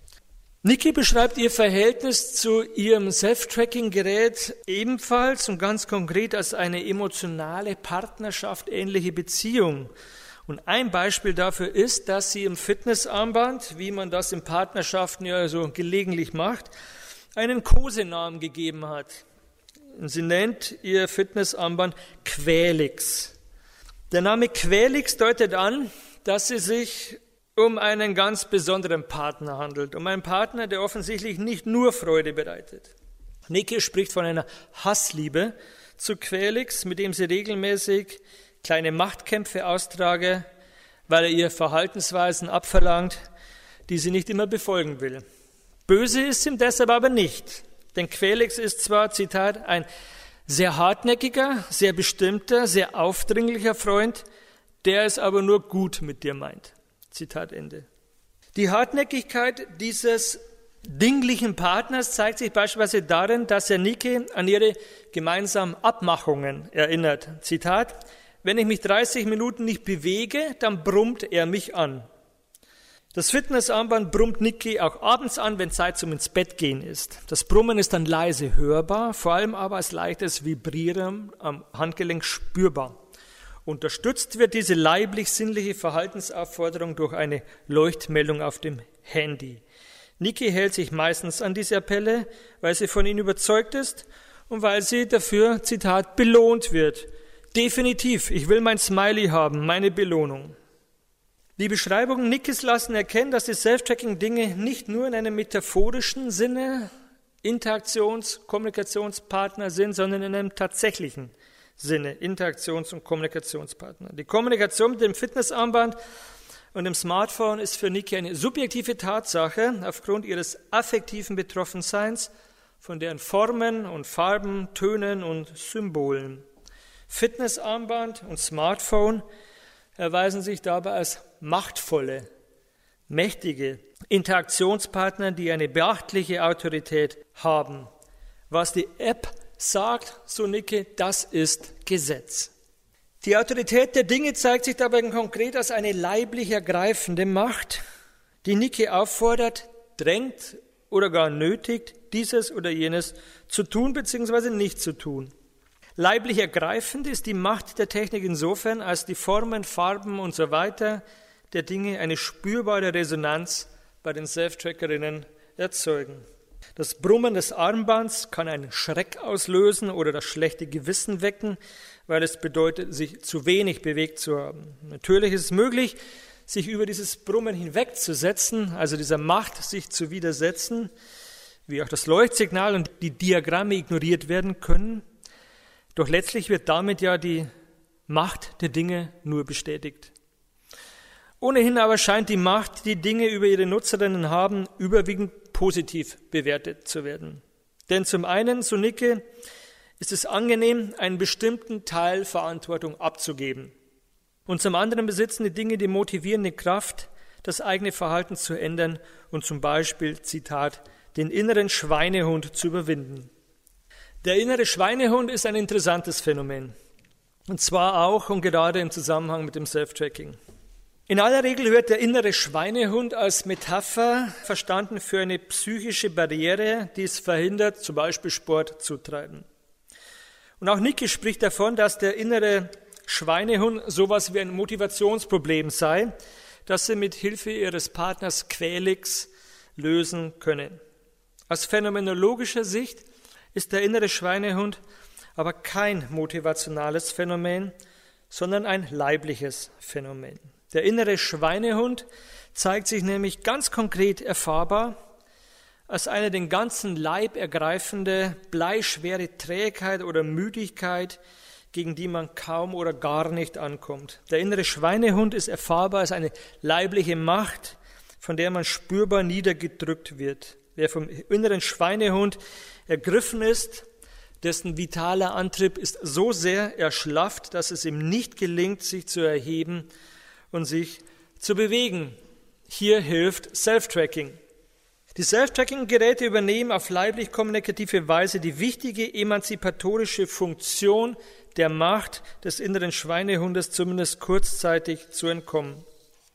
Niki beschreibt ihr Verhältnis zu ihrem Self-Tracking-Gerät ebenfalls und ganz konkret als eine emotionale, partnerschaft-ähnliche Beziehung. Und ein Beispiel dafür ist, dass sie im Fitnessarmband, wie man das in Partnerschaften ja so gelegentlich macht, einen Kosenamen gegeben hat. Sie nennt ihr Fitnessarmband Quälix. Der Name Quälix deutet an, dass sie sich um einen ganz besonderen Partner handelt, um einen Partner, der offensichtlich nicht nur Freude bereitet. Niki spricht von einer Hassliebe zu Quälix, mit dem sie regelmäßig kleine Machtkämpfe austrage, weil er ihr Verhaltensweisen abverlangt, die sie nicht immer befolgen will. Böse ist ihm deshalb aber nicht, denn Quälix ist zwar, Zitat, ein Sehr hartnäckiger, sehr bestimmter, sehr aufdringlicher Freund, der es aber nur gut mit dir meint. Zitat Ende. Die Hartnäckigkeit dieses dinglichen Partners zeigt sich beispielsweise darin, dass er Niki an ihre gemeinsamen Abmachungen erinnert. Zitat: Wenn ich mich 30 Minuten nicht bewege, dann brummt er mich an. Das Fitnessarmband brummt Niki auch abends an, wenn Zeit zum ins Bett gehen ist. Das Brummen ist dann leise hörbar, vor allem aber als leichtes Vibrieren am Handgelenk spürbar. Unterstützt wird diese leiblich-sinnliche Verhaltensaufforderung durch eine Leuchtmeldung auf dem Handy. Niki hält sich meistens an diese Appelle, weil sie von ihnen überzeugt ist und weil sie dafür, Zitat, belohnt wird. Definitiv, ich will mein Smiley haben, meine Belohnung. Die Beschreibungen Nikis lassen erkennen, dass die Self-Tracking-Dinge nicht nur in einem metaphorischen Sinne Interaktions-, Kommunikationspartner sind, sondern in einem tatsächlichen Sinne Interaktions- und Kommunikationspartner. Die Kommunikation mit dem Fitnessarmband und dem Smartphone ist für Niki eine subjektive Tatsache aufgrund ihres affektiven Betroffenseins von deren Formen und Farben, Tönen und Symbolen. Fitnessarmband und Smartphone erweisen sich dabei als machtvolle, mächtige Interaktionspartner, die eine beachtliche Autorität haben. Was die App sagt, so Niki, das ist Gesetz. Die Autorität der Dinge zeigt sich dabei konkret als eine leiblich ergreifende Macht, die Niki auffordert, drängt oder gar nötigt, dieses oder jenes zu tun bzw. nicht zu tun. Leiblich ergreifend ist die Macht der Technik insofern, als die Formen, Farben und so weiter der Dinge eine spürbare Resonanz bei den Self-Trackerinnen erzeugen. Das Brummen des Armbands kann einen Schreck auslösen oder das schlechte Gewissen wecken, weil es bedeutet, sich zu wenig bewegt zu haben. Natürlich ist es möglich, sich über dieses Brummen hinwegzusetzen, also dieser Macht sich zu widersetzen, wie auch das Leuchtsignal und die Diagramme ignoriert werden können. Doch letztlich wird damit ja die Macht der Dinge nur bestätigt. Ohnehin aber scheint die Macht, die Dinge über ihre Nutzerinnen haben, überwiegend positiv bewertet zu werden. Denn zum einen, so Niki, ist es angenehm, einen bestimmten Teil Verantwortung abzugeben. Und zum anderen besitzen die Dinge die motivierende Kraft, das eigene Verhalten zu ändern und zum Beispiel, Zitat, den inneren Schweinehund zu überwinden. Der innere Schweinehund ist ein interessantes Phänomen. Und zwar auch und gerade im Zusammenhang mit dem Self-Tracking. In aller Regel wird der innere Schweinehund als Metapher verstanden für eine psychische Barriere, die es verhindert, zum Beispiel Sport zu treiben. Und auch Niki spricht davon, dass der innere Schweinehund sowas wie ein Motivationsproblem sei, das sie mit Hilfe ihres Partners Quelix lösen können. Aus phänomenologischer Sicht ist der innere Schweinehund aber kein motivationales Phänomen, sondern ein leibliches Phänomen. Der innere Schweinehund zeigt sich nämlich ganz konkret erfahrbar als eine den ganzen Leib ergreifende, bleischwere Trägheit oder Müdigkeit, gegen die man kaum oder gar nicht ankommt. Der innere Schweinehund ist erfahrbar als eine leibliche Macht, von der man spürbar niedergedrückt wird. Wer vom inneren Schweinehund ergriffen ist, dessen vitaler Antrieb ist so sehr erschlafft, dass es ihm nicht gelingt, sich zu erheben und sich zu bewegen. Hier hilft Self-Tracking. Die Self-Tracking-Geräte übernehmen auf leiblich-kommunikative Weise die wichtige emanzipatorische Funktion der Macht des inneren Schweinehundes, zumindest kurzzeitig zu entkommen.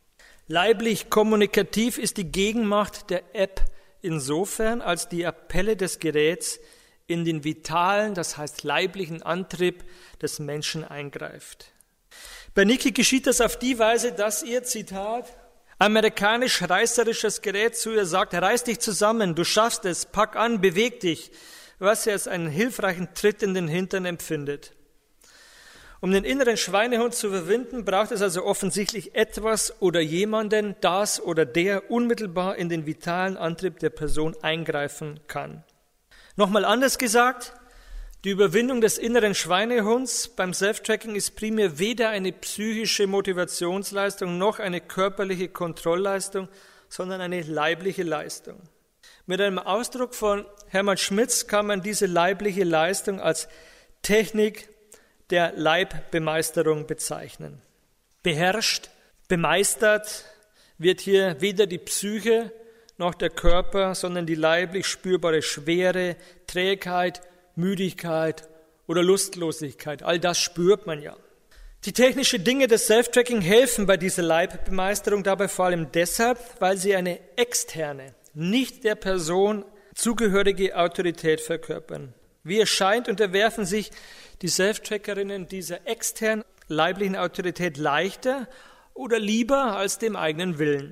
Leiblich-kommunikativ ist die Gegenmacht der App insofern, als die Appelle des Geräts in den vitalen, das heißt leiblichen Antrieb des Menschen eingreift. Bei Niki geschieht das auf die Weise, dass ihr, Zitat, amerikanisch-reißerisches Gerät zu ihr sagt, reiß dich zusammen, du schaffst es, pack an, beweg dich, was sie als einen hilfreichen Tritt in den Hintern empfindet. Um den inneren Schweinehund zu überwinden, braucht es also offensichtlich etwas oder jemanden, das oder der unmittelbar in den vitalen Antrieb der Person eingreifen kann. Nochmal anders gesagt, die Überwindung des inneren Schweinehunds beim Self-Tracking ist primär weder eine psychische Motivationsleistung noch eine körperliche Kontrollleistung, sondern eine leibliche Leistung. Mit einem Ausdruck von Hermann Schmitz kann man diese leibliche Leistung als Technik der Leibbemeisterung bezeichnen. Beherrscht, bemeistert wird hier weder die Psyche noch der Körper, sondern die leiblich spürbare Schwere, Trägheit, Müdigkeit oder Lustlosigkeit. All das spürt man ja. Die technischen Dinge des Self-Tracking helfen bei dieser Leibbemeisterung dabei vor allem deshalb, weil sie eine externe, nicht der Person zugehörige Autorität verkörpern. Wie es scheint, unterwerfen sich die Self-Trackerinnen dieser externen leiblichen Autorität leichter oder lieber als dem eigenen Willen.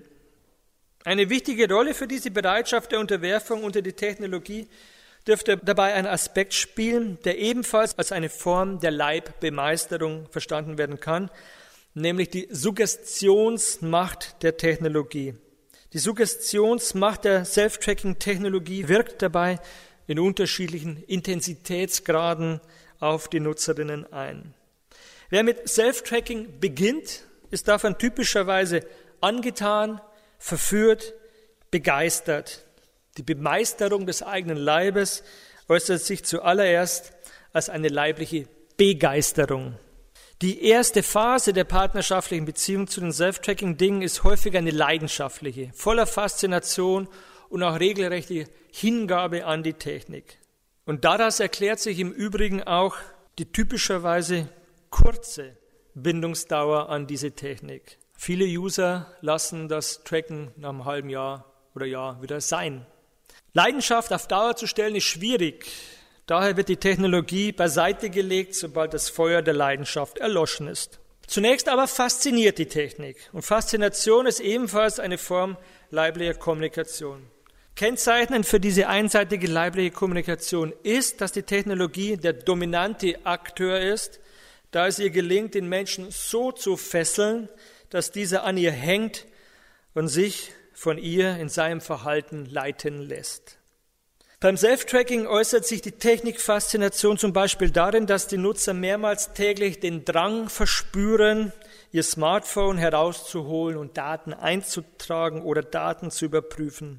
Eine wichtige Rolle für diese Bereitschaft der Unterwerfung unter die Technologie dürfte dabei ein Aspekt spielen, der ebenfalls als eine Form der Leibbemeisterung verstanden werden kann, nämlich die Suggestionsmacht der Technologie. Die Suggestionsmacht der Self-Tracking-Technologie wirkt dabei in unterschiedlichen Intensitätsgraden auf die Nutzerinnen ein. Wer mit Self-Tracking beginnt, ist davon typischerweise angetan, verführt, begeistert. Die Bemeisterung des eigenen Leibes äußert sich zuallererst als eine leibliche Begeisterung. Die erste Phase der partnerschaftlichen Beziehung zu den Self-Tracking-Dingen ist häufig eine leidenschaftliche, voller Faszination und auch regelrechte Hingabe an die Technik. Und daraus erklärt sich im Übrigen auch die typischerweise kurze Bindungsdauer an diese Technik. Viele User lassen das Tracken nach einem halben Jahr oder Jahr wieder sein. Leidenschaft auf Dauer zu stellen ist schwierig. Daher wird die Technologie beiseite gelegt, sobald das Feuer der Leidenschaft erloschen ist. Zunächst aber fasziniert die Technik. Und Faszination ist ebenfalls eine Form leiblicher Kommunikation. Kennzeichnend für diese einseitige leibliche Kommunikation ist, dass die Technologie der dominante Akteur ist, da es ihr gelingt, den Menschen so zu fesseln, dass dieser an ihr hängt und sich von ihr in seinem Verhalten leiten lässt. Beim Self-Tracking äußert sich die Technikfaszination zum Beispiel darin, dass die Nutzer mehrmals täglich den Drang verspüren, ihr Smartphone herauszuholen und Daten einzutragen oder Daten zu überprüfen.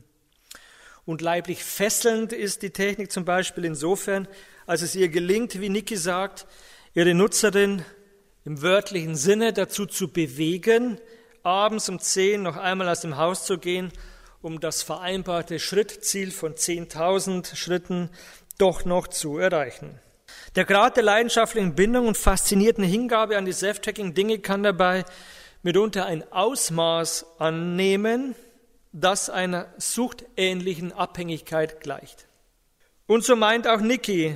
Und leiblich fesselnd ist die Technik zum Beispiel insofern, als es ihr gelingt, wie Niki sagt, ihre Nutzerin im wörtlichen Sinne dazu zu bewegen, abends um 10 noch einmal aus dem Haus zu gehen, um das vereinbarte Schrittziel von 10.000 Schritten doch noch zu erreichen. Der Grad der leidenschaftlichen Bindung und faszinierten Hingabe an die Self-Tracking-Dinge kann dabei mitunter ein Ausmaß annehmen, das einer suchtähnlichen Abhängigkeit gleicht. Und so meint auch Niki,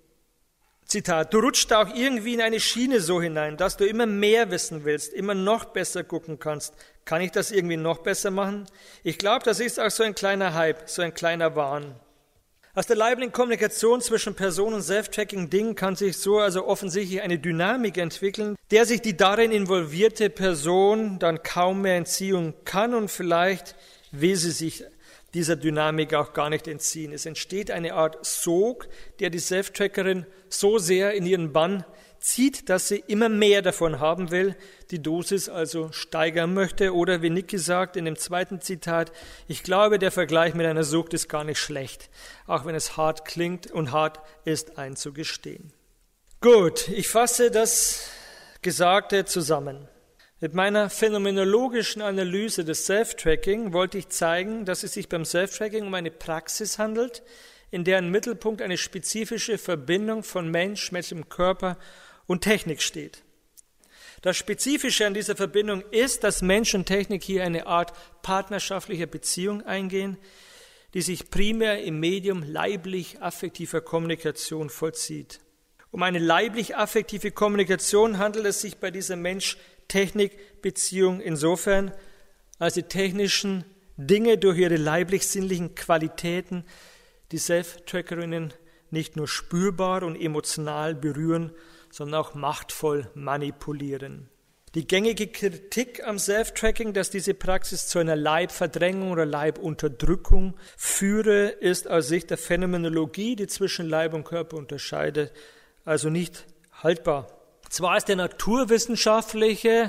Zitat, du rutschst auch irgendwie in eine Schiene so hinein, dass du immer mehr wissen willst, immer noch besser gucken kannst. Kann ich das irgendwie noch besser machen? Ich glaube, das ist auch so ein kleiner Hype, so ein kleiner Wahn. Aus der leiblichen Kommunikation zwischen Person und Self-Tracking-Ding kann sich so also offensichtlich eine Dynamik entwickeln, der sich die darin involvierte Person dann kaum mehr entziehen kann und vielleicht will sie sich dieser Dynamik auch gar nicht entziehen. Es entsteht eine Art Sog, der die Self-Trackerin so sehr in ihren Bann zieht, dass sie immer mehr davon haben will, die Dosis also steigern möchte. Oder wie Niki sagt in dem zweiten Zitat, ich glaube, der Vergleich mit einer Sucht ist gar nicht schlecht, auch wenn es hart klingt und hart ist einzugestehen. Gut, ich fasse das Gesagte zusammen. Mit meiner phänomenologischen Analyse des Self-Tracking wollte ich zeigen, dass es sich beim Self-Tracking um eine Praxis handelt, in deren Mittelpunkt eine spezifische Verbindung von Mensch, menschlichem Körper und Technik steht. Das Spezifische an dieser Verbindung ist, dass Mensch und Technik hier eine Art partnerschaftlicher Beziehung eingehen, die sich primär im Medium leiblich-affektiver Kommunikation vollzieht. Um eine leiblich-affektive Kommunikation handelt es sich bei dieser Mensch-Technik-Beziehung insofern, als die technischen Dinge durch ihre leiblich-sinnlichen Qualitäten die Self-Trackerinnen nicht nur spürbar und emotional berühren, sondern auch machtvoll manipulieren. Die gängige Kritik am Self-Tracking, dass diese Praxis zu einer Leibverdrängung oder Leibunterdrückung führe, ist aus Sicht der Phänomenologie, die zwischen Leib und Körper unterscheidet, also nicht haltbar. Zwar ist der naturwissenschaftliche,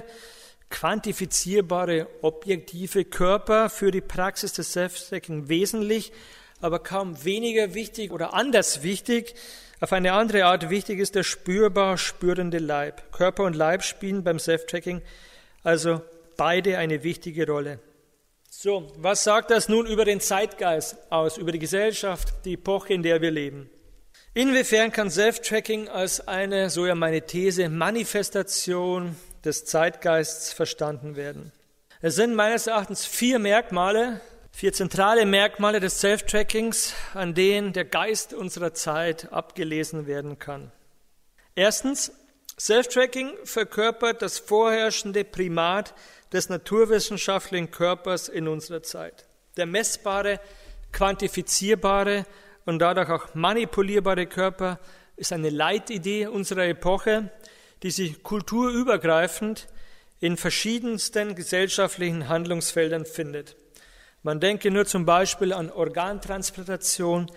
quantifizierbare, objektive Körper für die Praxis des Self-Tracking wesentlich, aber kaum weniger wichtig oder anders wichtig, auf eine andere Art wichtig ist der spürbar spürende Leib. Körper und Leib spielen beim Self-Tracking also beide eine wichtige Rolle. So, was sagt das nun über den Zeitgeist aus, über die Gesellschaft, die Epoche, in der wir leben? Inwiefern kann Self-Tracking als eine, so ja meine These, Manifestation des Zeitgeists verstanden werden? Es sind meines Erachtens 4 zentrale Merkmale des Self-Trackings, an denen der Geist unserer Zeit abgelesen werden kann. Erstens, Self-Tracking verkörpert das vorherrschende Primat des naturwissenschaftlichen Körpers in unserer Zeit. Der messbare, quantifizierbare und dadurch auch manipulierbare Körper ist eine Leitidee unserer Epoche, die sich kulturübergreifend in verschiedensten gesellschaftlichen Handlungsfeldern findet. Man denke nur zum Beispiel an Organtransplantation,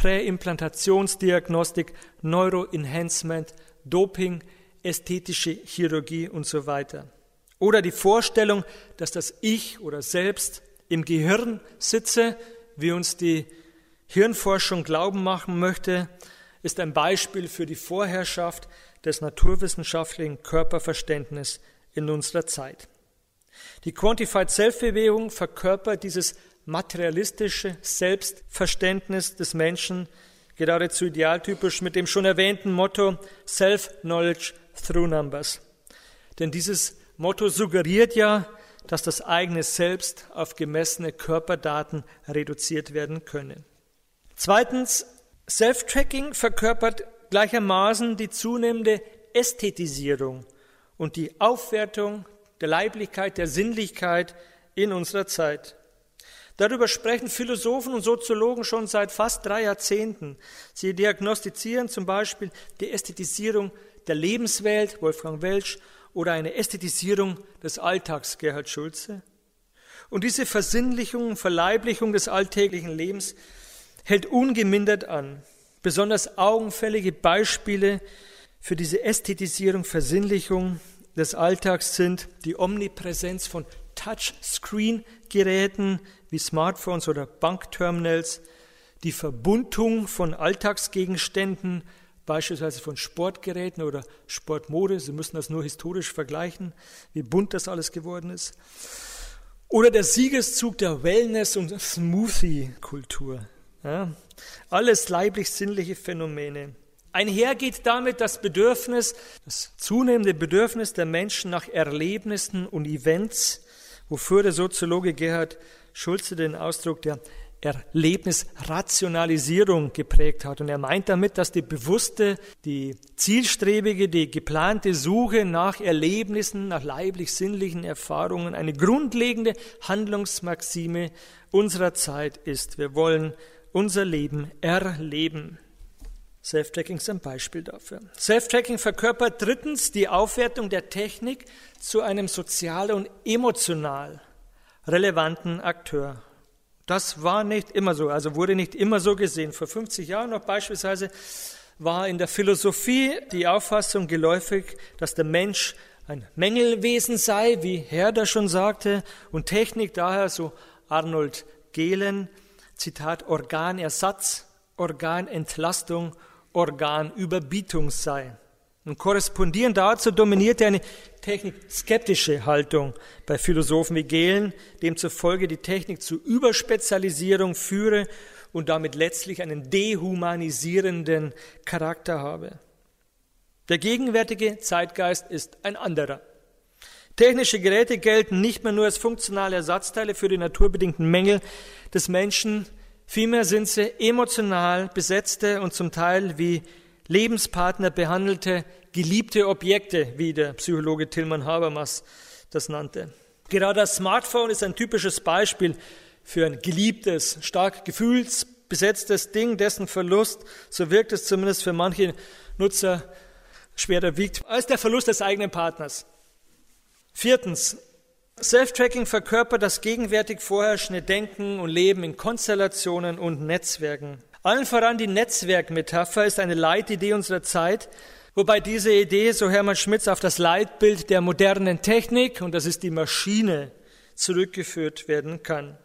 Präimplantationsdiagnostik, Neuroenhancement, Doping, ästhetische Chirurgie und so weiter. Oder die Vorstellung, dass das Ich oder Selbst im Gehirn sitze, wie uns die Hirnforschung glauben machen möchte, ist ein Beispiel für die Vorherrschaft des naturwissenschaftlichen Körperverständnisses in unserer Zeit. Die Quantified Self-Bewegung verkörpert dieses materialistische Selbstverständnis des Menschen geradezu idealtypisch mit dem schon erwähnten Motto Self-Knowledge through Numbers. Denn dieses Motto suggeriert ja, dass das eigene Selbst auf gemessene Körperdaten reduziert werden könne. Zweitens, Self-Tracking verkörpert gleichermaßen die zunehmende Ästhetisierung und die Aufwertung der Leiblichkeit, der Sinnlichkeit in unserer Zeit. Darüber sprechen Philosophen und Soziologen schon seit fast 3 Jahrzehnten. Sie diagnostizieren zum Beispiel die Ästhetisierung der Lebenswelt, Wolfgang Welsch, oder eine Ästhetisierung des Alltags, Gerhard Schulze. Und diese Versinnlichung, Verleiblichung des alltäglichen Lebens hält ungemindert an. Besonders augenfällige Beispiele für diese Ästhetisierung, Versinnlichung des Alltags sind die Omnipräsenz von Touchscreen-Geräten wie Smartphones oder Bankterminals, die Verbuntung von Alltagsgegenständen, beispielsweise von Sportgeräten oder Sportmode. Sie müssen das nur historisch vergleichen, wie bunt das alles geworden ist. Oder der Siegeszug der Wellness- und Smoothie-Kultur. Ja, alles leiblich-sinnliche Phänomene. Einher geht damit das zunehmende Bedürfnis der Menschen nach Erlebnissen und Events, wofür der Soziologe Gerhard Schulze den Ausdruck der Erlebnisrationalisierung geprägt hat. Und er meint damit, dass die bewusste, die zielstrebige, die geplante Suche nach Erlebnissen, nach leiblich-sinnlichen Erfahrungen eine grundlegende Handlungsmaxime unserer Zeit ist. Wir wollen unser Leben erleben. Self-Tracking ist ein Beispiel dafür. Self-Tracking verkörpert drittens die Aufwertung der Technik zu einem sozial und emotional relevanten Akteur. Das war nicht immer so, also wurde nicht immer so gesehen. Vor 50 Jahren noch beispielsweise war in der Philosophie die Auffassung geläufig, dass der Mensch ein Mängelwesen sei, wie Herder schon sagte, und Technik daher, so Arnold Gehlen, Zitat, Organersatz, Organentlastung, Organüberbietung sei. Und korrespondierend dazu dominierte eine technikskeptische Haltung bei Philosophen wie Gehlen, demzufolge die Technik zu Überspezialisierung führe und damit letztlich einen dehumanisierenden Charakter habe. Der gegenwärtige Zeitgeist ist ein anderer. Technische Geräte gelten nicht mehr nur als funktionale Ersatzteile für die naturbedingten Mängel des Menschen, vielmehr sind sie emotional besetzte und zum Teil wie Lebenspartner behandelte, geliebte Objekte, wie der Psychologe Tilman Habermas das nannte. Gerade das Smartphone ist ein typisches Beispiel für ein geliebtes, stark gefühlsbesetztes Ding, dessen Verlust, so wirkt es zumindest für manche Nutzer, schwerer wiegt als der Verlust des eigenen Partners. Viertens, Self-Tracking verkörpert das gegenwärtig vorherrschende Denken und Leben in Konstellationen und Netzwerken. Allen voran die Netzwerkmetapher ist eine Leitidee unserer Zeit, wobei diese Idee, so Hermann Schmitz, auf das Leitbild der modernen Technik, und das ist die Maschine, zurückgeführt werden kann.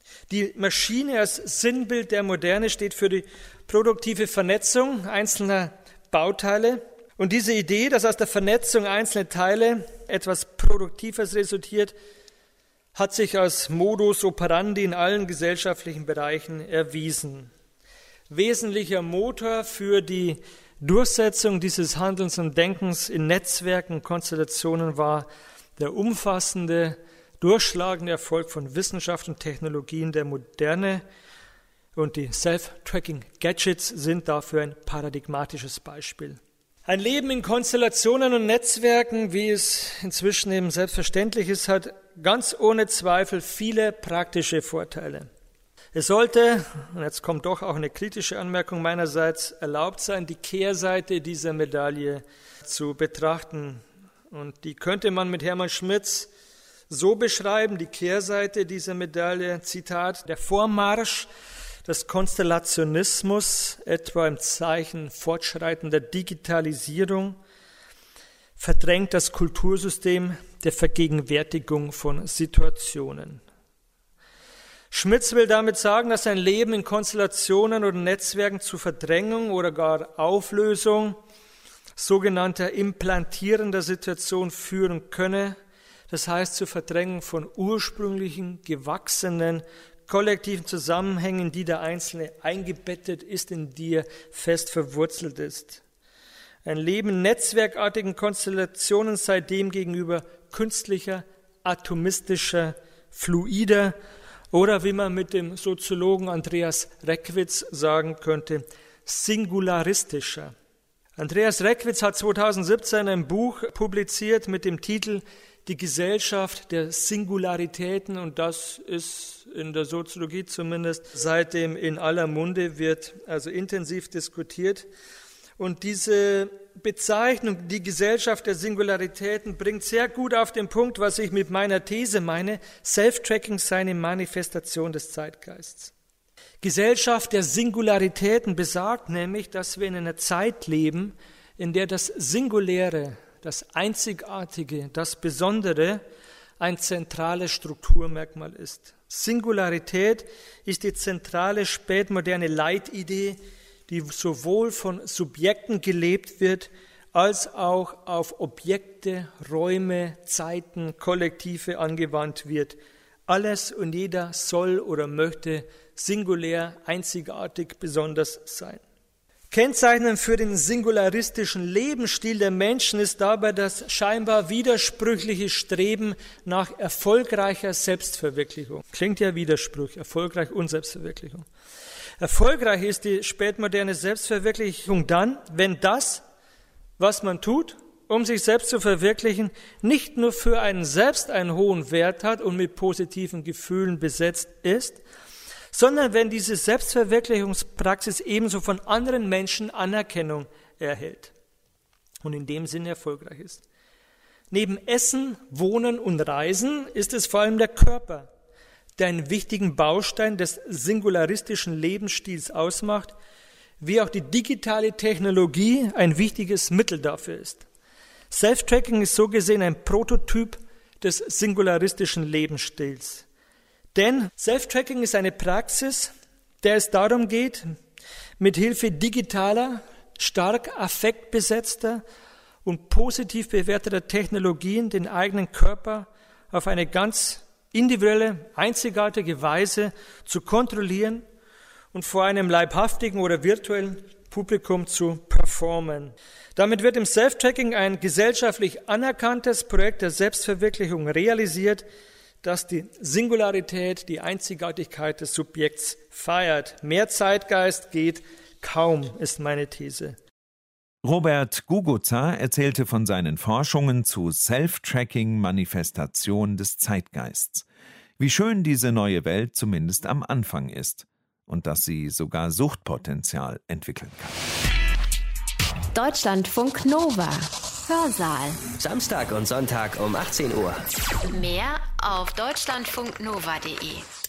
Die Maschine als Sinnbild der Moderne steht für die produktive Vernetzung einzelner Bauteile. Und diese Idee, dass aus der Vernetzung einzelner Teile etwas Produktives resultiert, hat sich als Modus operandi in allen gesellschaftlichen Bereichen erwiesen. Wesentlicher Motor für die Durchsetzung dieses Handelns und Denkens in Netzwerken und Konstellationen war der umfassende, durchschlagende Erfolg von Wissenschaft und Technologien der Moderne, und die Self-Tracking-Gadgets sind dafür ein paradigmatisches Beispiel. Ein Leben in Konstellationen und Netzwerken, wie es inzwischen eben selbstverständlich ist, hat ganz ohne Zweifel viele praktische Vorteile. Es sollte, und jetzt kommt doch auch eine kritische Anmerkung meinerseits, erlaubt sein, die Kehrseite dieser Medaille zu betrachten. Und die könnte man mit Hermann Schmitz so beschreiben, die Kehrseite dieser Medaille, Zitat: Der Vormarsch des Konstellationismus, etwa im Zeichen fortschreitender Digitalisierung, verdrängt das Kultursystem der Vergegenwärtigung von Situationen. Schmitz will damit sagen, dass ein Leben in Konstellationen oder Netzwerken zu Verdrängung oder gar Auflösung sogenannter implantierender Situation führen könne, das heißt zur Verdrängung von ursprünglichen, gewachsenen, kollektiven Zusammenhängen, in die der Einzelne eingebettet ist, in die er fest verwurzelt ist. Ein Leben in netzwerkartigen Konstellationen sei demgegenüber künstlicher, atomistischer, fluider oder, wie man mit dem Soziologen Andreas Reckwitz sagen könnte, singularistischer. Andreas Reckwitz hat 2017 ein Buch publiziert mit dem Titel Die Gesellschaft der Singularitäten, und das ist in der Soziologie zumindest seitdem in aller Munde, wird also intensiv diskutiert. Und diese Bezeichnung, die Gesellschaft der Singularitäten, bringt sehr gut auf den Punkt, was ich mit meiner These meine: Self-Tracking sei eine Manifestation des Zeitgeists. Gesellschaft der Singularitäten besagt nämlich, dass wir in einer Zeit leben, in der das Singuläre, das Einzigartige, das Besondere ein zentrales Strukturmerkmal ist. Singularität ist die zentrale spätmoderne Leitidee, die sowohl von Subjekten gelebt wird, als auch auf Objekte, Räume, Zeiten, Kollektive angewandt wird. Alles und jeder soll oder möchte singulär, einzigartig, besonders sein. Kennzeichnend für den singularistischen Lebensstil der Menschen ist dabei das scheinbar widersprüchliche Streben nach erfolgreicher Selbstverwirklichung. Klingt ja Widerspruch, erfolgreich und Selbstverwirklichung. Erfolgreich ist die spätmoderne Selbstverwirklichung dann, wenn das, was man tut, um sich selbst zu verwirklichen, nicht nur für einen selbst einen hohen Wert hat und mit positiven Gefühlen besetzt ist, sondern wenn diese Selbstverwirklichungspraxis ebenso von anderen Menschen Anerkennung erhält und in dem Sinne erfolgreich ist. Neben Essen, Wohnen und Reisen ist es vor allem der Körper, der einen wichtigen Baustein des singularistischen Lebensstils ausmacht, wie auch die digitale Technologie ein wichtiges Mittel dafür ist. Self-Tracking ist so gesehen ein Prototyp des singularistischen Lebensstils. Denn Self-Tracking ist eine Praxis, der es darum geht, mit Hilfe digitaler, stark affektbesetzter und positiv bewerteter Technologien den eigenen Körper auf eine ganz individuelle, einzigartige Weise zu kontrollieren und vor einem leibhaftigen oder virtuellen Publikum zu performen. Damit wird im Self-Tracking ein gesellschaftlich anerkanntes Projekt der Selbstverwirklichung realisiert, das die Singularität, die Einzigartigkeit des Subjekts feiert. Mehr Zeitgeist geht kaum, ist meine These. Robert Gugoza erzählte von seinen Forschungen zu Self-Tracking-Manifestation des Zeitgeists. Wie schön diese neue Welt zumindest am Anfang ist und dass sie sogar Suchtpotenzial entwickeln kann. Deutschlandfunk Nova. Hörsaal. Samstag und Sonntag um 18 Uhr. Mehr auf deutschlandfunknova.de.